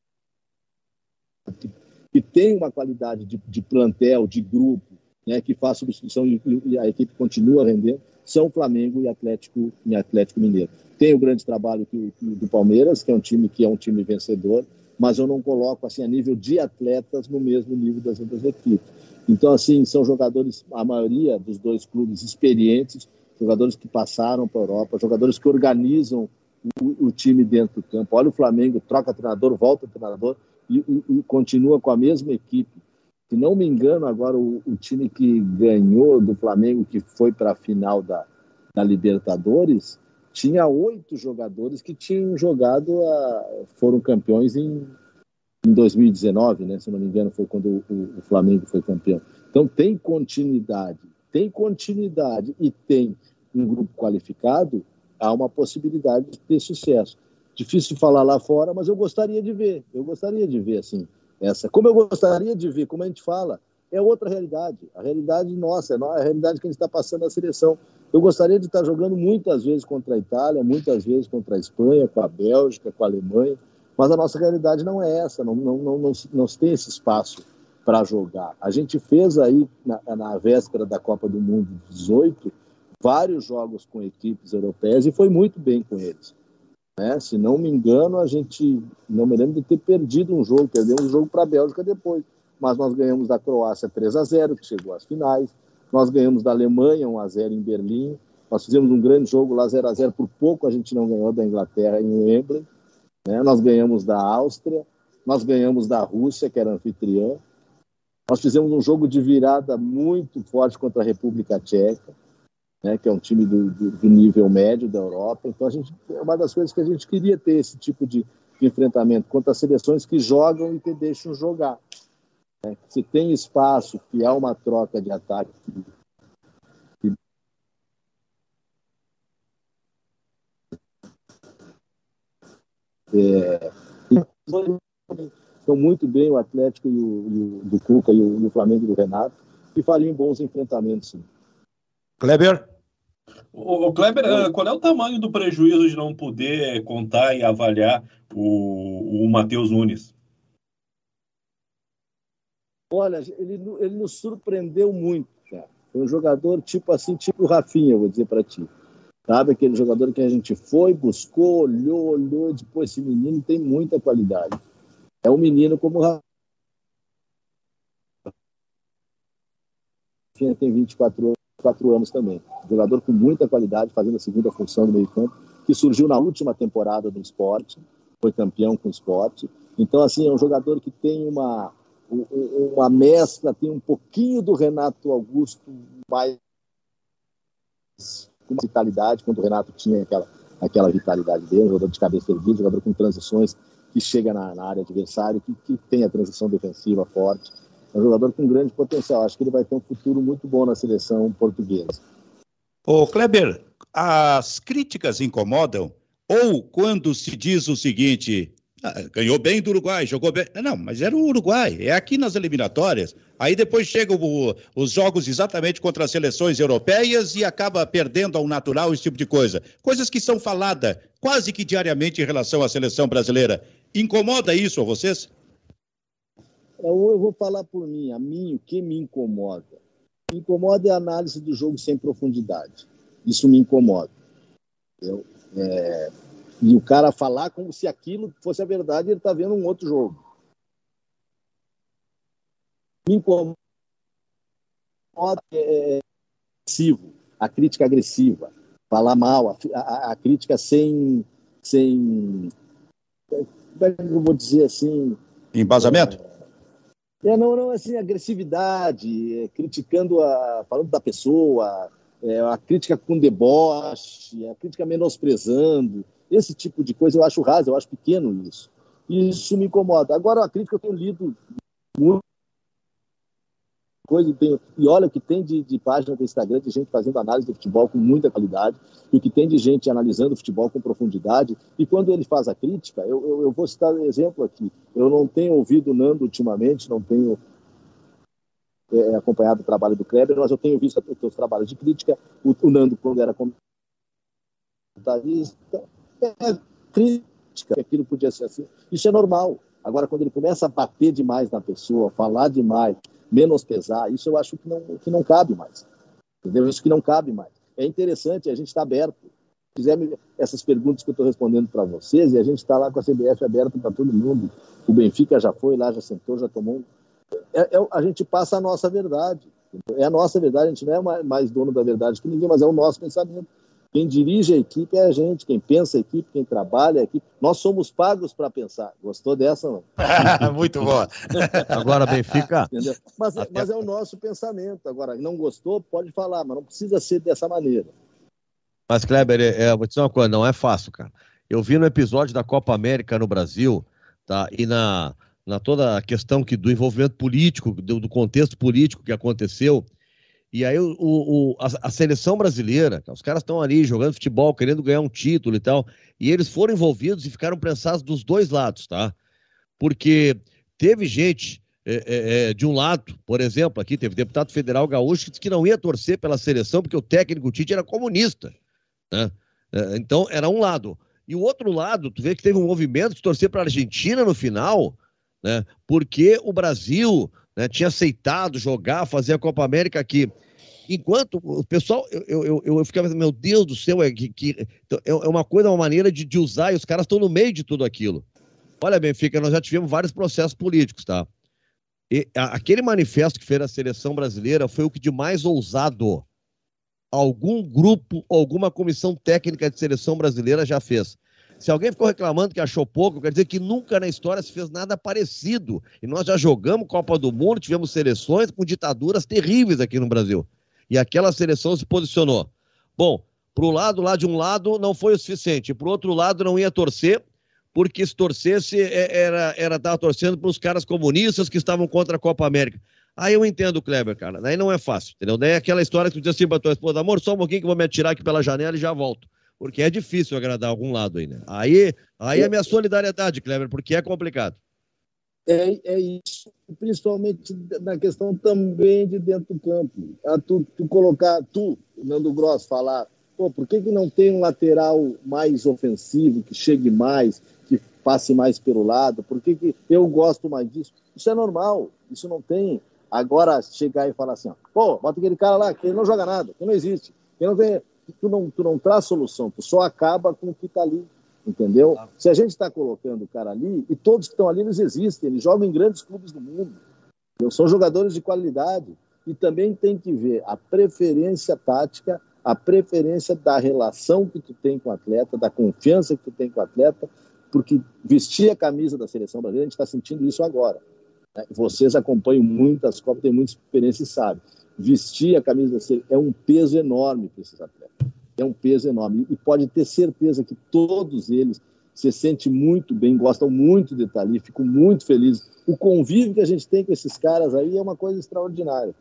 que, que tem uma qualidade de, de plantel, de grupo, né, que faz substituição e, e a equipe continua rendendo, são Flamengo e Atlético, e Atlético Mineiro. Tem o grande trabalho que, que, do Palmeiras, que é um time que é um time vencedor, mas eu não coloco assim a nível de atletas no mesmo nível das outras equipes. Então, assim, são jogadores, a maioria dos dois clubes experientes, jogadores que passaram para a Europa, jogadores que organizam o, o time dentro do campo. Olha o Flamengo, troca treinador, volta treinador e, e, e continua com a mesma equipe. Se não me engano, agora o, o time que ganhou do Flamengo, que foi para a final da, da Libertadores, tinha oito jogadores que tinham jogado, a, foram campeões em, em dois mil e dezenove, né? Se não me engano, foi quando o, o Flamengo foi campeão. Então tem continuidade, tem continuidade e tem um grupo qualificado, há uma possibilidade de ter sucesso. Difícil de falar lá fora, mas eu gostaria de ver, eu gostaria de ver, assim, essa. Como eu gostaria de ver, como a gente fala, é outra realidade, a realidade nossa, é a realidade que a gente está passando na seleção. Eu gostaria de estar jogando muitas vezes contra a Itália, muitas vezes contra a Espanha, com a Bélgica, com a Alemanha, mas a nossa realidade não é essa, não, não, não, não, não se tem esse espaço para jogar. A gente fez aí, na, na véspera da Copa do Mundo dezoito, vários jogos com equipes europeias e foi muito bem com eles, né? Se não me engano, a gente, não me lembro de ter perdido um jogo, perdemos um jogo para a Bélgica depois, mas nós ganhamos da Croácia três a zero, que chegou às finais, nós ganhamos da Alemanha um a zero em Berlim, nós fizemos um grande jogo lá zero a zero, por pouco a gente não ganhou da Inglaterra em Wembley, né? Nós ganhamos da Áustria, nós ganhamos da Rússia, que era anfitriã, nós fizemos um jogo de virada muito forte contra a República Tcheca, né, que é um time do, do, do nível médio da Europa. Então, a gente, é uma das coisas que a gente queria ter, esse tipo de, de enfrentamento contra as seleções que jogam e que deixam jogar. Né? Se tem espaço, que há uma troca de ataque. Que... É... Então, muito bem o Atlético e o, e o do Cuca e o, e o Flamengo do Renato, que fariam bons enfrentamentos, sim. Kleber? O, o Kleber, qual é o tamanho do prejuízo de não poder contar e avaliar o, o Matheus Nunes? Olha, ele, ele nos surpreendeu muito, cara. Foi um jogador tipo assim, tipo o Rafinha, eu vou dizer para ti. Sabe, aquele jogador que a gente foi, buscou, olhou, olhou, e depois esse menino tem muita qualidade. É um menino como o Rafinha, tem vinte e quatro anos também. Jogador com muita qualidade, fazendo a segunda função do meio campo, que surgiu na última temporada do Sport, foi campeão com o Sport. Então, assim, é um jogador que tem uma, uma mescla, tem um pouquinho do Renato Augusto, mais com vitalidade, quando o Renato tinha aquela, aquela vitalidade dele, um jogador de cabeça erguida, jogador com transições, que chega na, na área adversária, que, que tem a transição defensiva forte. É um jogador com grande potencial. Acho que ele vai ter um futuro muito bom na seleção portuguesa. Ô, Kleber, as críticas incomodam? Ou quando se diz o seguinte, ah, ganhou bem do Uruguai, jogou bem... Não, mas era o Uruguai, é aqui nas eliminatórias. Aí depois chegam o, os jogos exatamente contra as seleções europeias e acaba perdendo ao natural, esse tipo de coisa. Coisas que são faladas quase que diariamente em relação à seleção brasileira. Incomoda isso a vocês? Eu vou falar por mim, a mim, o que me incomoda? O que me incomoda é a análise do jogo sem profundidade. Isso me incomoda. Eu, é... E o cara falar como se aquilo fosse a verdade e ele está vendo um outro jogo. Me incomoda é agressivo, a crítica agressiva, falar mal, a, a, a crítica sem, sem... Como é que eu vou dizer assim... Embasamento? É, não, não, assim, agressividade, é, criticando, a, falando da pessoa, é, a crítica com deboche, a crítica menosprezando, esse tipo de coisa eu acho raso, eu acho pequeno isso. E isso me incomoda. Agora, a crítica eu tenho lido muito coisa, tenho, e olha o que tem de, de página do Instagram de gente fazendo análise do futebol com muita qualidade, e o que tem de gente analisando o futebol com profundidade, e quando ele faz a crítica, eu, eu, eu vou citar um exemplo aqui, eu não tenho ouvido o Nando ultimamente, não tenho é, acompanhado o trabalho do Kleber, mas eu tenho visto os seus trabalhos de crítica, o, o Nando, quando era comentarista, é crítica, aquilo podia ser assim, isso é normal. Agora, quando ele começa a bater demais na pessoa, falar demais, menosprezar, isso eu acho que não, que não cabe mais. Entendeu? Isso que não cabe mais. É interessante, a gente está aberto. Se quiser essas perguntas que eu estou respondendo para vocês, e a gente está lá com a C B F aberta para todo mundo. O Benfica já foi lá, já sentou, já tomou. É, é, a gente passa a nossa verdade. É a nossa verdade, a gente não é mais dono da verdade que ninguém, mas é o nosso pensamento. Quem dirige a equipe é a gente, quem pensa a equipe, quem trabalha a equipe. Nós somos pagos para pensar. Gostou dessa, não? Muito boa. Agora, Benfica... Mas, Até... mas é o nosso pensamento. Agora, não gostou, pode falar, mas não precisa ser dessa maneira. Mas, Kleber, é, é, vou te dizer uma coisa, não é fácil, cara. Eu vi no episódio da Copa América no Brasil, tá? E na, na toda a questão que, do envolvimento político, do, do contexto político que aconteceu. E aí o, o, a, a seleção brasileira, os caras estão ali jogando futebol, querendo ganhar um título e tal, e eles foram envolvidos e ficaram prensados dos dois lados, tá? Porque teve gente é, é, de um lado, por exemplo, aqui teve deputado federal gaúcho que disse que não ia torcer pela seleção porque o técnico Tite era comunista, né? É, então era um lado. E o outro lado, tu vê que teve um movimento de torcer para a Argentina no final, né? Porque o Brasil... né, tinha aceitado jogar, fazer a Copa América aqui. Enquanto o pessoal, eu, eu, eu, eu ficava, meu Deus do céu, é, que, que, é uma coisa, uma maneira de, de usar, e os caras estão no meio de tudo aquilo. Olha, Benfica, nós já tivemos vários processos políticos, tá? E a, aquele manifesto que fez a seleção brasileira foi o que de mais ousado algum grupo, alguma comissão técnica de seleção brasileira já fez. Se alguém ficou reclamando que achou pouco, quer dizer que nunca na história se fez nada parecido. E nós já jogamos Copa do Mundo, tivemos seleções com ditaduras terríveis aqui no Brasil. E aquela seleção se posicionou. Bom, pro lado, lá de um lado, não foi o suficiente. Pro outro lado, não ia torcer, porque se torcesse, era era estar torcendo para os caras comunistas que estavam contra a Copa América. Aí eu entendo o Kleber, cara. Daí não é fácil, entendeu? Daí é aquela história que tu diz assim pra tua esposa, amor, só um pouquinho que eu vou me atirar aqui pela janela e já volto. Porque é difícil agradar algum lado aí, né? Aí, aí é a minha solidariedade, Kleber, porque é complicado. É, é isso, principalmente na questão também de dentro do campo. A tu, tu colocar, tu, Nando Gross, falar, pô, por que, que não tem um lateral mais ofensivo, que chegue mais, que passe mais pelo lado? Por que, que eu gosto mais disso? Isso é normal, isso não tem. Agora, chegar e falar assim, ó, pô, bota aquele cara lá, que ele não joga nada, que não existe, que não tem... Tu não, tu não traz solução, tu só acaba com o que está ali, entendeu? Ah. Se a gente está colocando o cara ali, e todos que estão ali, eles existem, eles jogam em grandes clubes do mundo, entendeu? São jogadores de qualidade, e também tem que ver a preferência tática, a preferência da relação que tu tem com o atleta, da confiança que tu tem com o atleta, porque vestir a camisa da seleção brasileira, a gente está sentindo isso agora, né? Vocês acompanham muitas Copas, têm muita experiência e sabem. Vestir a camisa da seleção é um peso enorme para esses atletas. É um peso enorme. E pode ter certeza que todos eles se sentem muito bem, gostam muito de estar ali, ficam muito felizes. O convívio que a gente tem com esses caras aí é uma coisa extraordinária.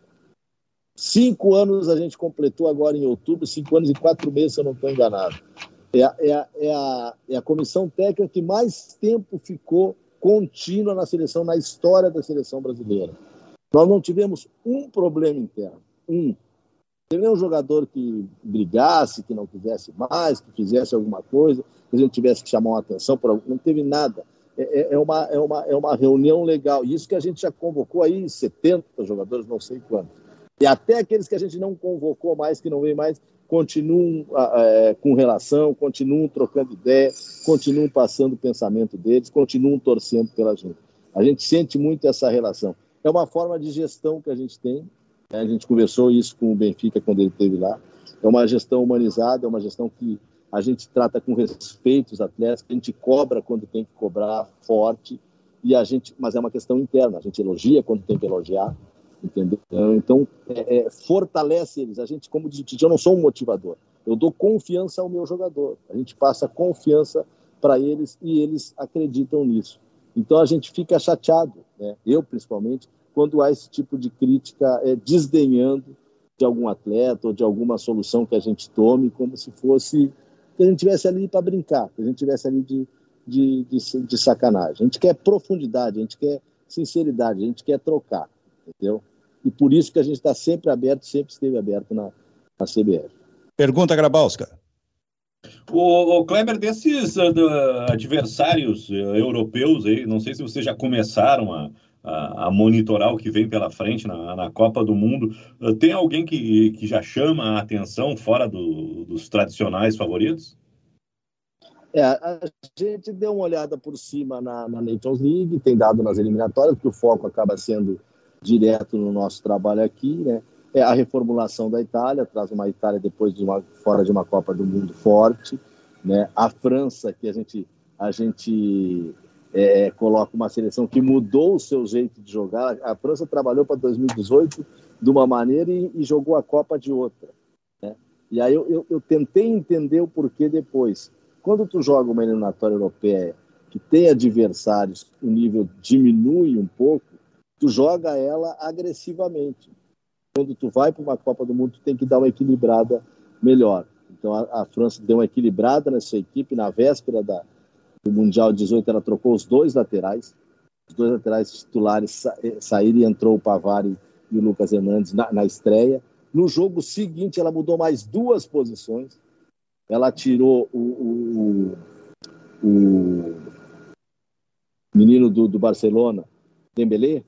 Cinco anos a gente completou agora em outubro, cinco anos e quatro meses, se eu não estou enganado. É a, é, a, é, a, é a comissão técnica que mais tempo ficou contínua na seleção, na história da seleção brasileira. Nós não tivemos um problema interno, um. Não teve nenhum jogador que brigasse, que não quisesse mais, que fizesse alguma coisa, que a gente tivesse que chamar uma atenção, para não teve nada. É, é, uma, é, uma, é uma reunião legal. E isso que a gente já convocou aí setenta jogadores, não sei quantos. E até aqueles que a gente não convocou mais, que não vem mais, continuam é, com relação, continuam trocando ideia, continuam passando o pensamento deles, continuam torcendo pela gente. A gente sente muito essa relação. É uma forma de gestão que a gente tem, né? A gente conversou isso com o Benfica quando ele esteve lá. É uma gestão humanizada, é uma gestão que a gente trata com respeito os atletas, que a gente cobra quando tem que cobrar forte, e a gente, mas é uma questão interna, a gente elogia quando tem que elogiar, entendeu? Então, é, é, fortalece eles. A gente, como diz, eu não sou um motivador, eu dou confiança ao meu jogador, a gente passa confiança para eles e eles acreditam nisso. Então a gente fica chateado, né? Eu principalmente, quando há esse tipo de crítica é, desdenhando de algum atleta ou de alguma solução que a gente tome, como se fosse que a gente estivesse ali para brincar, que a gente estivesse ali de, de, de, de sacanagem. A gente quer profundidade, a gente quer sinceridade, a gente quer trocar, entendeu? E por isso que a gente está sempre aberto, sempre esteve aberto na, na C B F. Pergunta, Grabowska. O, o Kleber, desses uh, adversários uh, europeus, aí, não sei se vocês já começaram a, a, a monitorar o que vem pela frente na, na Copa do Mundo. Uh, tem alguém que, que já chama a atenção fora do, dos tradicionais favoritos? É, a gente deu uma olhada por cima na, na Nations League, tem dado nas eliminatórias, porque o foco acaba sendo direto no nosso trabalho aqui, né? É a reformulação da Itália, traz uma Itália depois de uma, fora de uma Copa do Mundo forte, né? A França, que a gente, a gente é, coloca uma seleção que mudou o seu jeito de jogar. A França trabalhou para dois mil e dezoito de uma maneira e, e jogou a Copa de outra, né? E aí eu, eu, eu tentei entender o porquê depois. Quando tu joga uma eliminatória europeia que tem adversários, o nível diminui um pouco, tu joga ela agressivamente. Quando tu vai para uma Copa do Mundo, tu tem que dar uma equilibrada melhor. Então a, a França deu uma equilibrada nessa equipe. Na véspera da, do Mundial dezoito, ela trocou os dois laterais. Os dois laterais titulares sa, saíram e entrou o Pavard e o Lucas Hernandes na, na estreia. No jogo seguinte, ela mudou mais duas posições. Ela tirou o, o, o menino do, do Barcelona, Dembélé.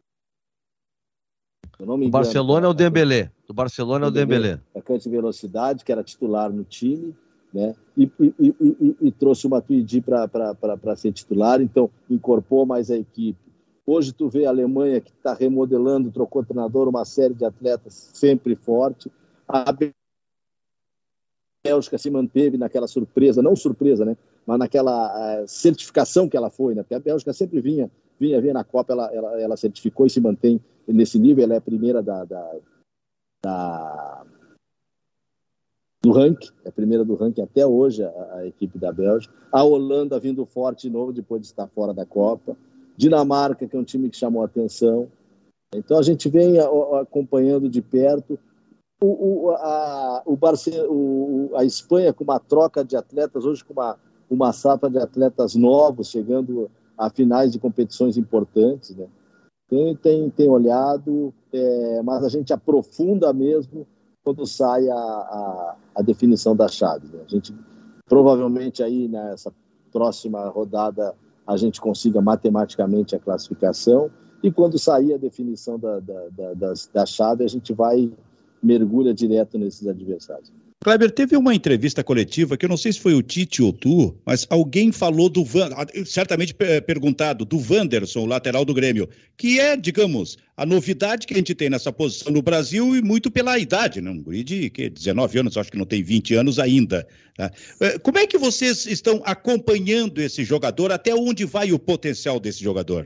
O Barcelona é o Dembélé. Do Barcelona é o Dembélé. Atacante de velocidade, que era titular no time, né? E, e, e, e, e trouxe o Matuidi para ser titular, então incorporou mais a equipe. Hoje tu vê a Alemanha que está remodelando, trocou treinador, uma série de atletas sempre forte. A Bélgica se manteve naquela surpresa, não surpresa, né? Mas naquela uh, certificação que ela foi, né? Porque a Bélgica sempre vinha, vinha, vinha na Copa, ela, ela, ela certificou e se mantém nesse nível, ela é a primeira da, da, da do ranking, é a primeira do ranking até hoje, a, a equipe da Bélgica. A Holanda vindo forte de novo depois de estar fora da Copa. Dinamarca, que é um time que chamou a atenção. Então a gente vem a, a, acompanhando de perto. O, o, a, o Barce... o, a Espanha com uma troca de atletas, hoje com uma, uma safra de atletas novos, chegando a finais de competições importantes, né? Tem, tem, tem olhado, é, mas a gente aprofunda mesmo quando sai a, a, a definição das chaves, né? A gente provavelmente aí nessa próxima rodada a gente consiga matematicamente a classificação, e quando sair a definição da, da, da, da, da chave, a gente vai mergulha direto nesses adversários. Kleber, teve uma entrevista coletiva que eu não sei se foi o Tite ou tu, mas alguém falou do, certamente perguntado, do Wanderson, lateral do Grêmio, que é, digamos, a novidade que a gente tem nessa posição no Brasil e muito pela idade, né? Um guri de que, dezenove anos, acho que não tem vinte anos ainda. Tá? Como é que vocês estão acompanhando esse jogador? Até onde vai o potencial desse jogador?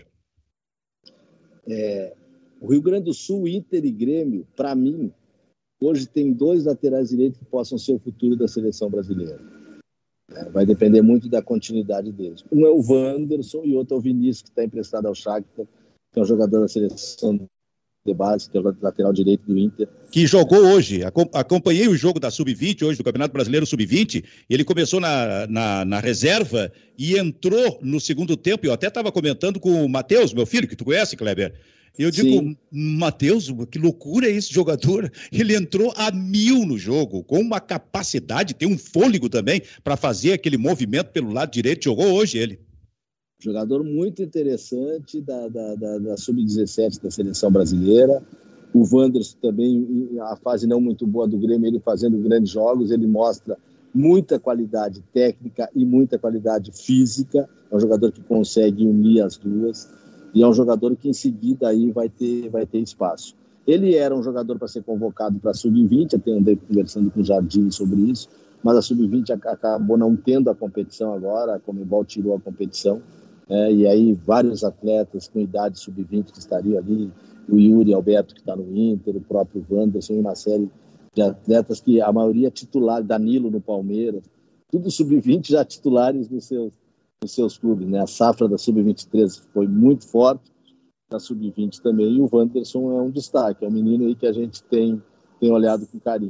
É, o Rio Grande do Sul, Inter e Grêmio, para mim, hoje tem dois laterais direitos que possam ser o futuro da seleção brasileira. Vai depender muito da continuidade deles. Um é o Wanderson e outro é o Vinícius, que está emprestado ao Shakhtar, que é um jogador da seleção de base, que é o lateral direito do Inter. Que jogou hoje. Acompanhei o jogo da sub vinte, hoje, do Campeonato Brasileiro sub vinte. Ele começou na, na, na reserva e entrou no segundo tempo. Eu até estava comentando com o Matheus, meu filho, que tu conhece, Kleber. Eu digo, Matheus, que loucura é esse jogador? Ele entrou a mil no jogo, com uma capacidade, tem um fôlego também para fazer aquele movimento pelo lado direito. Jogou hoje ele. Jogador muito interessante da, da, da, da sub dezessete da seleção brasileira. O Wanderson também, a fase não muito boa do Grêmio, ele fazendo grandes jogos, ele mostra muita qualidade técnica e muita qualidade física. É um jogador que consegue unir as duas. E é um jogador que em seguida aí vai ter, vai ter espaço. Ele era um jogador para ser convocado para a sub vinte, até andei conversando com o Jardim sobre isso, mas a sub vinte acabou não tendo a competição agora, a Conmebol tirou a competição, É, e aí vários atletas com idade sub vinte que estariam ali, o Yuri Alberto que está no Inter, o próprio Wanderson e uma série de atletas que a maioria titular, Danilo no Palmeiras, tudo sub vinte já titulares nos seus, nos seus clubes, né? A safra da sub vinte e três foi muito forte, da sub vinte também, e o Wanderson é um destaque, é um menino aí que a gente tem, tem olhado com carinho.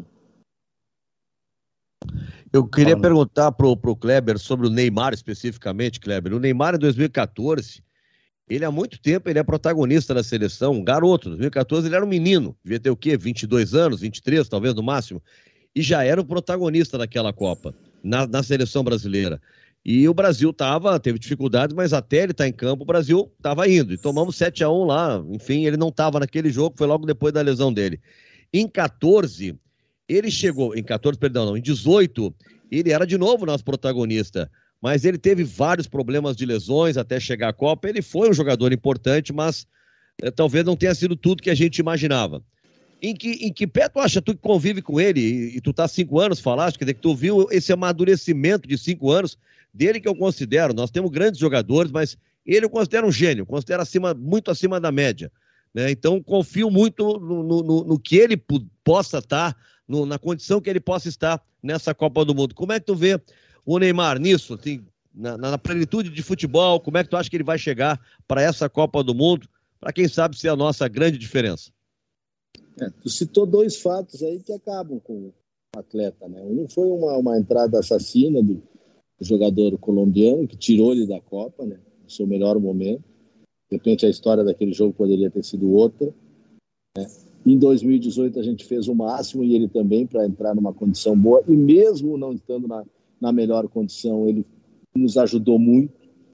Eu queria Fala. perguntar pro, pro Kleber sobre o Neymar especificamente, Kleber. O Neymar em dois mil e quatorze, ele há muito tempo ele é protagonista da seleção, um garoto. Em dois mil e quatorze ele era um menino, devia ter o quê? vinte e dois anos, vinte e três talvez no máximo, e já era o protagonista daquela Copa, na, na seleção brasileira. E o Brasil tava, teve dificuldades, mas até ele estar em campo, o Brasil estava indo. E tomamos sete a um lá, enfim, ele não estava naquele jogo, foi logo depois da lesão dele. Em quatorze, ele chegou, em quatorze, perdão, não, em dezoito, ele era de novo nosso protagonista, mas ele teve vários problemas de lesões até chegar à Copa. Ele foi um jogador importante, mas é, talvez não tenha sido tudo que a gente imaginava. Em que, em que pé tu acha, tu que convive com ele, e, e tu tá há cinco anos, falaste, quer dizer, que tu viu esse amadurecimento de cinco anos dele, que eu considero, nós temos grandes jogadores, mas ele eu considero um gênio, considero acima, muito acima da média, né? Então confio muito no, no, no, no que ele p- possa estar, no, na condição que ele possa estar nessa Copa do Mundo. Como é que tu vê o Neymar nisso, assim, na, na plenitude de futebol, como é que tu acha que ele vai chegar para essa Copa do Mundo, para quem sabe ser a nossa grande diferença? É, tu citou dois fatos aí que acabam com o atleta, né? Um foi uma, uma entrada assassina do, do jogador colombiano, que tirou ele da Copa, né? No seu melhor momento. De repente a história daquele jogo poderia ter sido outra, né? Em dois mil e dezoito a gente fez o máximo, e ele também, para entrar numa condição boa, e mesmo não estando na, na melhor condição, ele nos ajudou muito.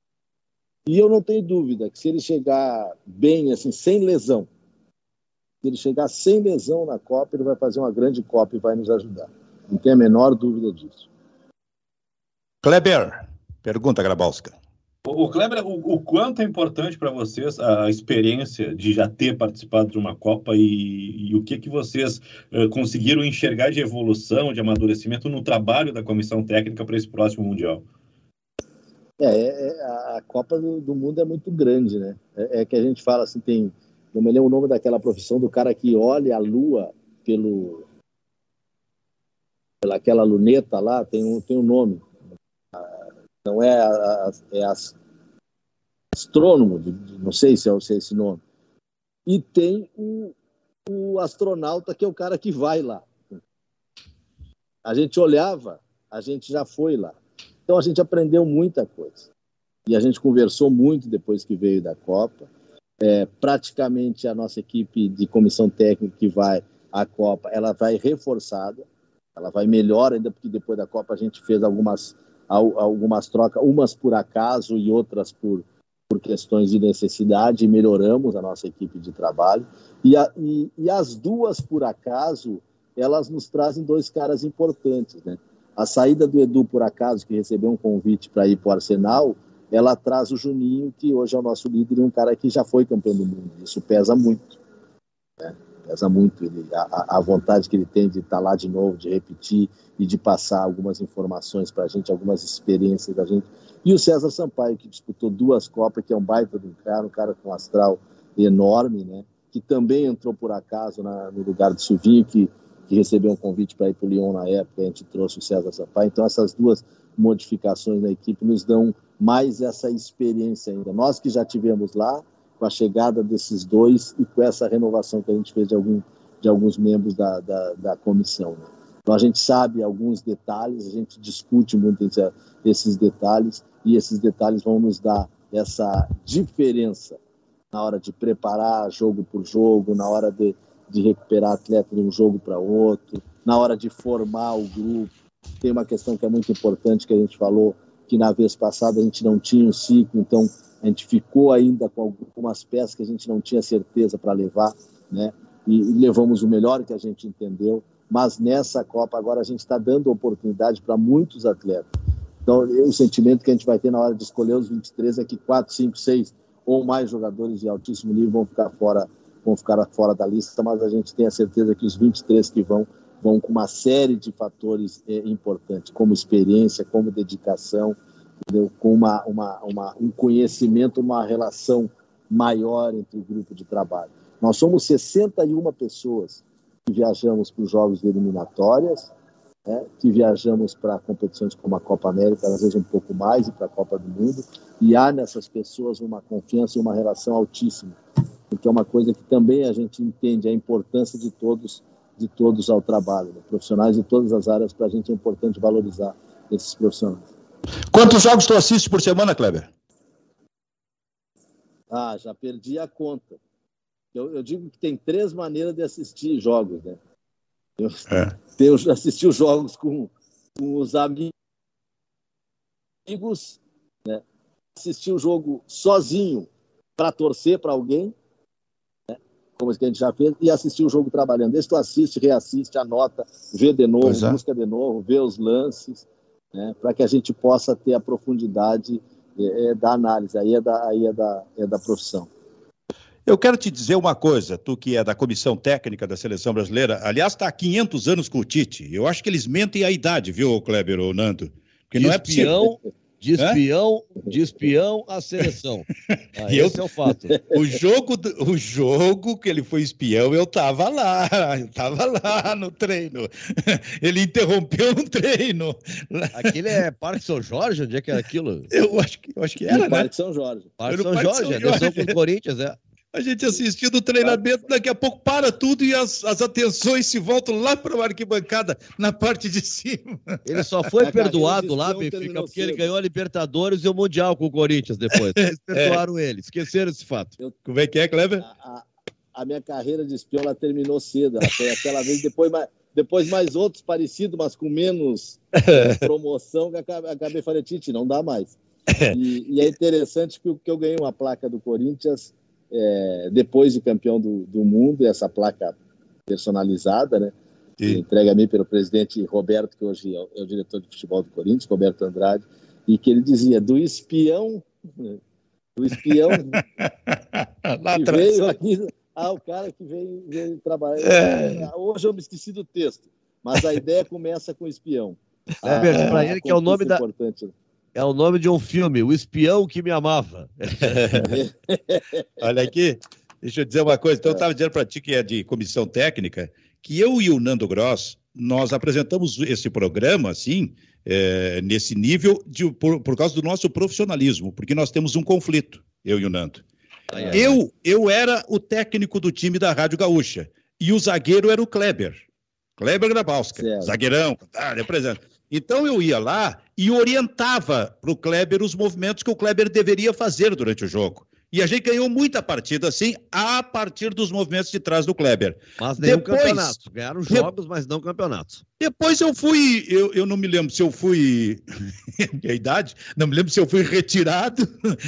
E eu não tenho dúvida que se ele chegar bem, assim, sem lesão, se ele chegar sem lesão na Copa, ele vai fazer uma grande Copa e vai nos ajudar. Não tenho a menor dúvida disso. Kleber, pergunta, Grabowska. O Kleber, o, o quanto é importante para vocês a experiência de já ter participado de uma Copa, e, e o que, que vocês uh, conseguiram enxergar de evolução, de amadurecimento no trabalho da comissão técnica para esse próximo Mundial? É, é a Copa do, do Mundo é muito grande, né? É, é que a gente fala assim, tem... Não me lembro o nome daquela profissão do cara que olha a Lua pelo... pela aquela luneta lá, tem um, tem um nome. Não é, a, é a, astrônomo, não sei se é, se é esse nome. E tem o, o astronauta, que é o cara que vai lá. A gente olhava, a gente já foi lá. Então a gente aprendeu muita coisa. E a gente conversou muito depois que veio da Copa. É, praticamente a nossa equipe de comissão técnica que vai à Copa, ela vai reforçada, ela vai melhor ainda, porque depois da Copa a gente fez algumas algumas trocas, umas por acaso e outras por, por questões de necessidade, e melhoramos a nossa equipe de trabalho. E, a, e, e as duas por acaso, elas nos trazem dois caras importantes, né? A saída do Edu, por acaso, que recebeu um convite para ir para o Arsenal, ela traz o Juninho, que hoje é o nosso líder, e um cara que já foi campeão do mundo. Isso pesa muito, né? Pesa muito ele, a, a vontade que ele tem de estar lá de novo, de repetir e de passar algumas informações para a gente, algumas experiências da gente. E o César Sampaio, que disputou duas Copas, que é um baita de um cara, um cara com um astral enorme, né? Que também entrou por acaso na, no lugar de Silvinho, que, que recebeu um convite para ir para o Lyon na época, a gente trouxe o César Sampaio. Então essas duas modificações na equipe nos dão mais essa experiência ainda. Nós que já tivemos lá, com a chegada desses dois e com essa renovação que a gente fez de, algum, de alguns membros da, da, da comissão, né? Então a gente sabe alguns detalhes, a gente discute muito esses detalhes, e esses detalhes vão nos dar essa diferença na hora de preparar jogo por jogo, na hora de, de recuperar atleta de um jogo para outro, na hora de formar o grupo. Tem uma questão que é muito importante, que a gente falou, que na vez passada a gente não tinha um ciclo, então a gente ficou ainda com algumas peças que a gente não tinha certeza para levar, né? E, e levamos o melhor que a gente entendeu, mas nessa Copa agora a gente está dando oportunidade para muitos atletas. Então o sentimento que a gente vai ter na hora de escolher os vinte e três é que quatro, cinco, seis ou mais jogadores de altíssimo nível vão ficar fora, vão ficar fora da lista, mas a gente tem a certeza que os vinte e três que vão, vão com uma série de fatores é, importantes, como experiência, como dedicação, entendeu? Com uma, uma, uma, um conhecimento, uma relação maior entre o grupo de trabalho. Nós somos sessenta e uma pessoas que viajamos para os jogos de eliminatórias, né, que viajamos para competições como a Copa América, às vezes um pouco mais, e para a Copa do Mundo, e há nessas pessoas uma confiança e uma relação altíssima, porque é uma coisa que também a gente entende a importância de todos, de todos ao trabalho, né? Profissionais de todas as áreas, para a gente é importante valorizar esses profissionais. Quantos jogos tu assiste por semana, Kleber? Ah, já perdi a conta. Eu, eu digo que tem três maneiras de assistir jogos, né? Eu, é. eu assisti os jogos com, com os amigos, né? Assisti o jogo sozinho para torcer para alguém, né? Como a gente já fez, e assisti o jogo trabalhando. Esse tu assiste, reassiste, anota, vê de novo, é. busca de novo, vê os lances, né? Para que a gente possa ter a profundidade é, é, da análise. Aí, é da, aí é, da, é da profissão. Eu quero te dizer uma coisa, tu que é da comissão técnica da Seleção Brasileira, aliás, está há quinhentos anos com o Tite. Eu acho que eles mentem a idade, viu, Kleber ou Nando? Porque de não é espião, de espião, Hã? de espião à seleção. Ah, eu, esse é o fato. O jogo, o jogo que ele foi espião, eu estava lá, eu estava lá no treino. Ele interrompeu um treino. Aquele é Parque São Jorge? Onde é que era aquilo? Eu acho que, eu acho que era, né? Parque São Jorge. Parque São Jorge, atenção com o Corinthians, é. A gente assistindo o treinamento, daqui a pouco para tudo e as, as atenções se voltam lá para a arquibancada, na parte de cima. Ele só foi perdoado lá, Benfica, porque ele ganhou a Libertadores e o Mundial com o Corinthians depois. Eles perdoaram é. ele, esqueceram esse fato. Eu, Como é que é, Kleber? A, a, a minha carreira de espião ela terminou cedo. Ela foi aquela vez, depois mais, depois mais outros parecidos, mas com menos é, promoção, que acabei, acabei falando, Tite, não dá mais. E, e é interessante que, que eu ganhei uma placa do Corinthians É, depois de campeão do, do mundo, essa placa personalizada, né? Entregue a mim pelo presidente Roberto, que hoje é o, é o diretor de futebol do Corinthians, Roberto Andrade, e que ele dizia, do espião, do espião que veio aqui, ah, o cara que veio, veio trabalhar. É. Hoje eu me esqueci do texto, mas a ideia começa com espião. Ah, ah, para ele que é o nome da... Importante. É o nome de um filme, O Espião que Me Amava. Olha aqui, deixa eu dizer uma coisa. Então, eu estava dizendo para ti que é de comissão técnica, que eu e o Nando Gross, nós apresentamos esse programa, assim, é, nesse nível, de, por, por causa do nosso profissionalismo, porque nós temos um conflito, eu e o Nando. Ai, ai, eu, ai. eu era o técnico do time da Rádio Gaúcha, e o zagueiro era o Kleber, Kleber Grabowska, certo. Zagueirão, tá, apresenta. Então eu ia lá e orientava para o Kleber os movimentos que o Kleber deveria fazer durante o jogo. E a gente ganhou muita partida assim, a partir dos movimentos de trás do Kleber. Mas nenhum depois, campeonato. Ganharam jogos, de... mas não campeonatos. Depois eu fui, eu, eu não me lembro se eu fui, minha idade, não me lembro se eu fui retirado,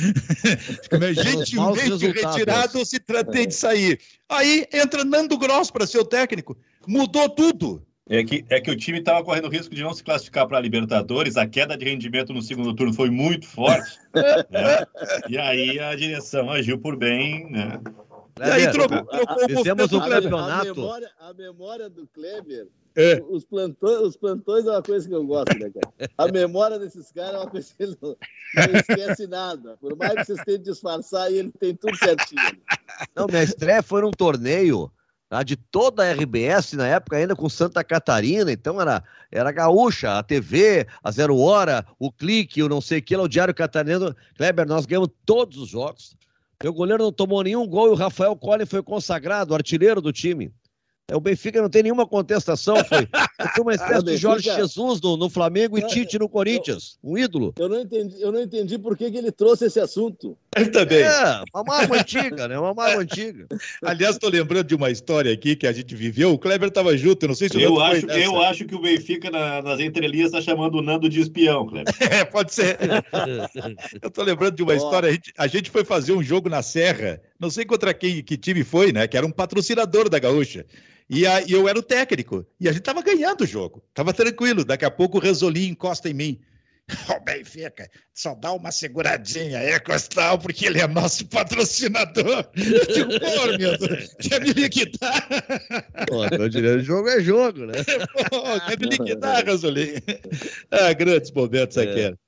gentilmente retirado ou se tratei de sair. Aí entra Nando Gross para ser o técnico, mudou tudo. É que, é que o time estava correndo risco de não se classificar para a Libertadores, a queda de rendimento no segundo turno foi muito forte, né? E aí a direção agiu por bem, né? E aí trocou, trocou fizemos um campeonato. A memória, a memória do Kleber, é. os, plantões, os plantões é uma coisa que eu gosto, né, cara? A memória desses caras é uma coisa que ele não, não esquece nada. Por mais que vocês tentem disfarçar, ele tem tudo certinho. Não, minha estreia foi num torneio tá, de toda a R B S, na época ainda com Santa Catarina, então era, era Gaúcha, a T V, a Zero Hora, o Clique, o não sei o que, o Diário Catarinense. Kleber, nós ganhamos todos os jogos. Meu goleiro não tomou nenhum gol e o Rafael Collin foi consagrado, artilheiro do time. O Benfica não tem nenhuma contestação, foi, foi uma espécie ah, de Jorge Jesus no, no Flamengo e Tite no Corinthians, um ídolo. Eu não entendi, eu não entendi por que, que ele trouxe esse assunto. Eu também. É, uma mágoa antiga, né? Uma mágoa antiga. Aliás, estou lembrando de uma história aqui que a gente viveu, o Kleber estava junto, eu não sei se... Eu, acho, eu acho que o Benfica, na, nas entrelinhas, está chamando o Nando de espião, Kleber. É, pode ser. Eu estou lembrando de uma oh. história, a gente, a gente foi fazer um jogo na Serra, não sei contra quem, que time foi, né? Que era um patrocinador da Gaúcha. E, a, e eu era o técnico. E a gente tava ganhando o jogo. Tava tranquilo. Daqui a pouco o Resolim encosta em mim. Ô, oh, Benfica, só dá uma seguradinha aí, Costal, porque ele é nosso patrocinador. Eu digo, pô, meu Deus, quer me liquidar? Pô, tô dizendo, jogo é jogo, né? Pô, quer me liquidar, Resolim? Ah, grandes momentos aqui. É.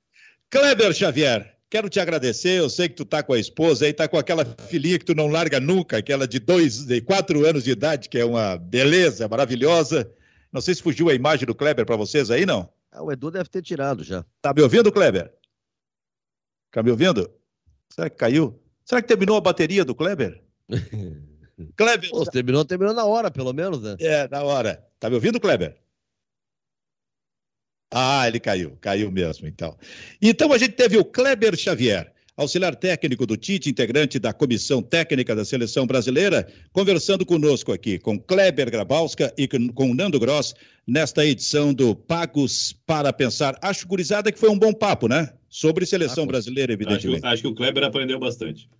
Kleber Xavier, quero te agradecer. Eu sei que tu tá com a esposa aí, tá com aquela filhinha que tu não larga nunca, aquela de dois, de quatro anos de idade, que é uma beleza maravilhosa. Não sei se fugiu a imagem do Kleber para vocês aí, não? Ah, o Edu deve ter tirado já. Tá me ouvindo, Kleber? Tá me ouvindo? Será que caiu? Será que terminou a bateria do Kleber? Kleber. Pô, terminou, terminou na hora, pelo menos, né? É, na hora. Tá me ouvindo, Kleber? Ah, ele caiu, caiu mesmo, então. Então a gente teve o Kleber Xavier, auxiliar técnico do Tite, integrante da comissão técnica da Seleção Brasileira, conversando conosco aqui com Kleber Grabowska e com Nando Gross, nesta edição do Pagos para Pensar. Acho, gurizada, que foi um bom papo, né? Sobre Seleção ah, Brasileira, evidentemente. Acho, acho que o Kleber aprendeu bastante.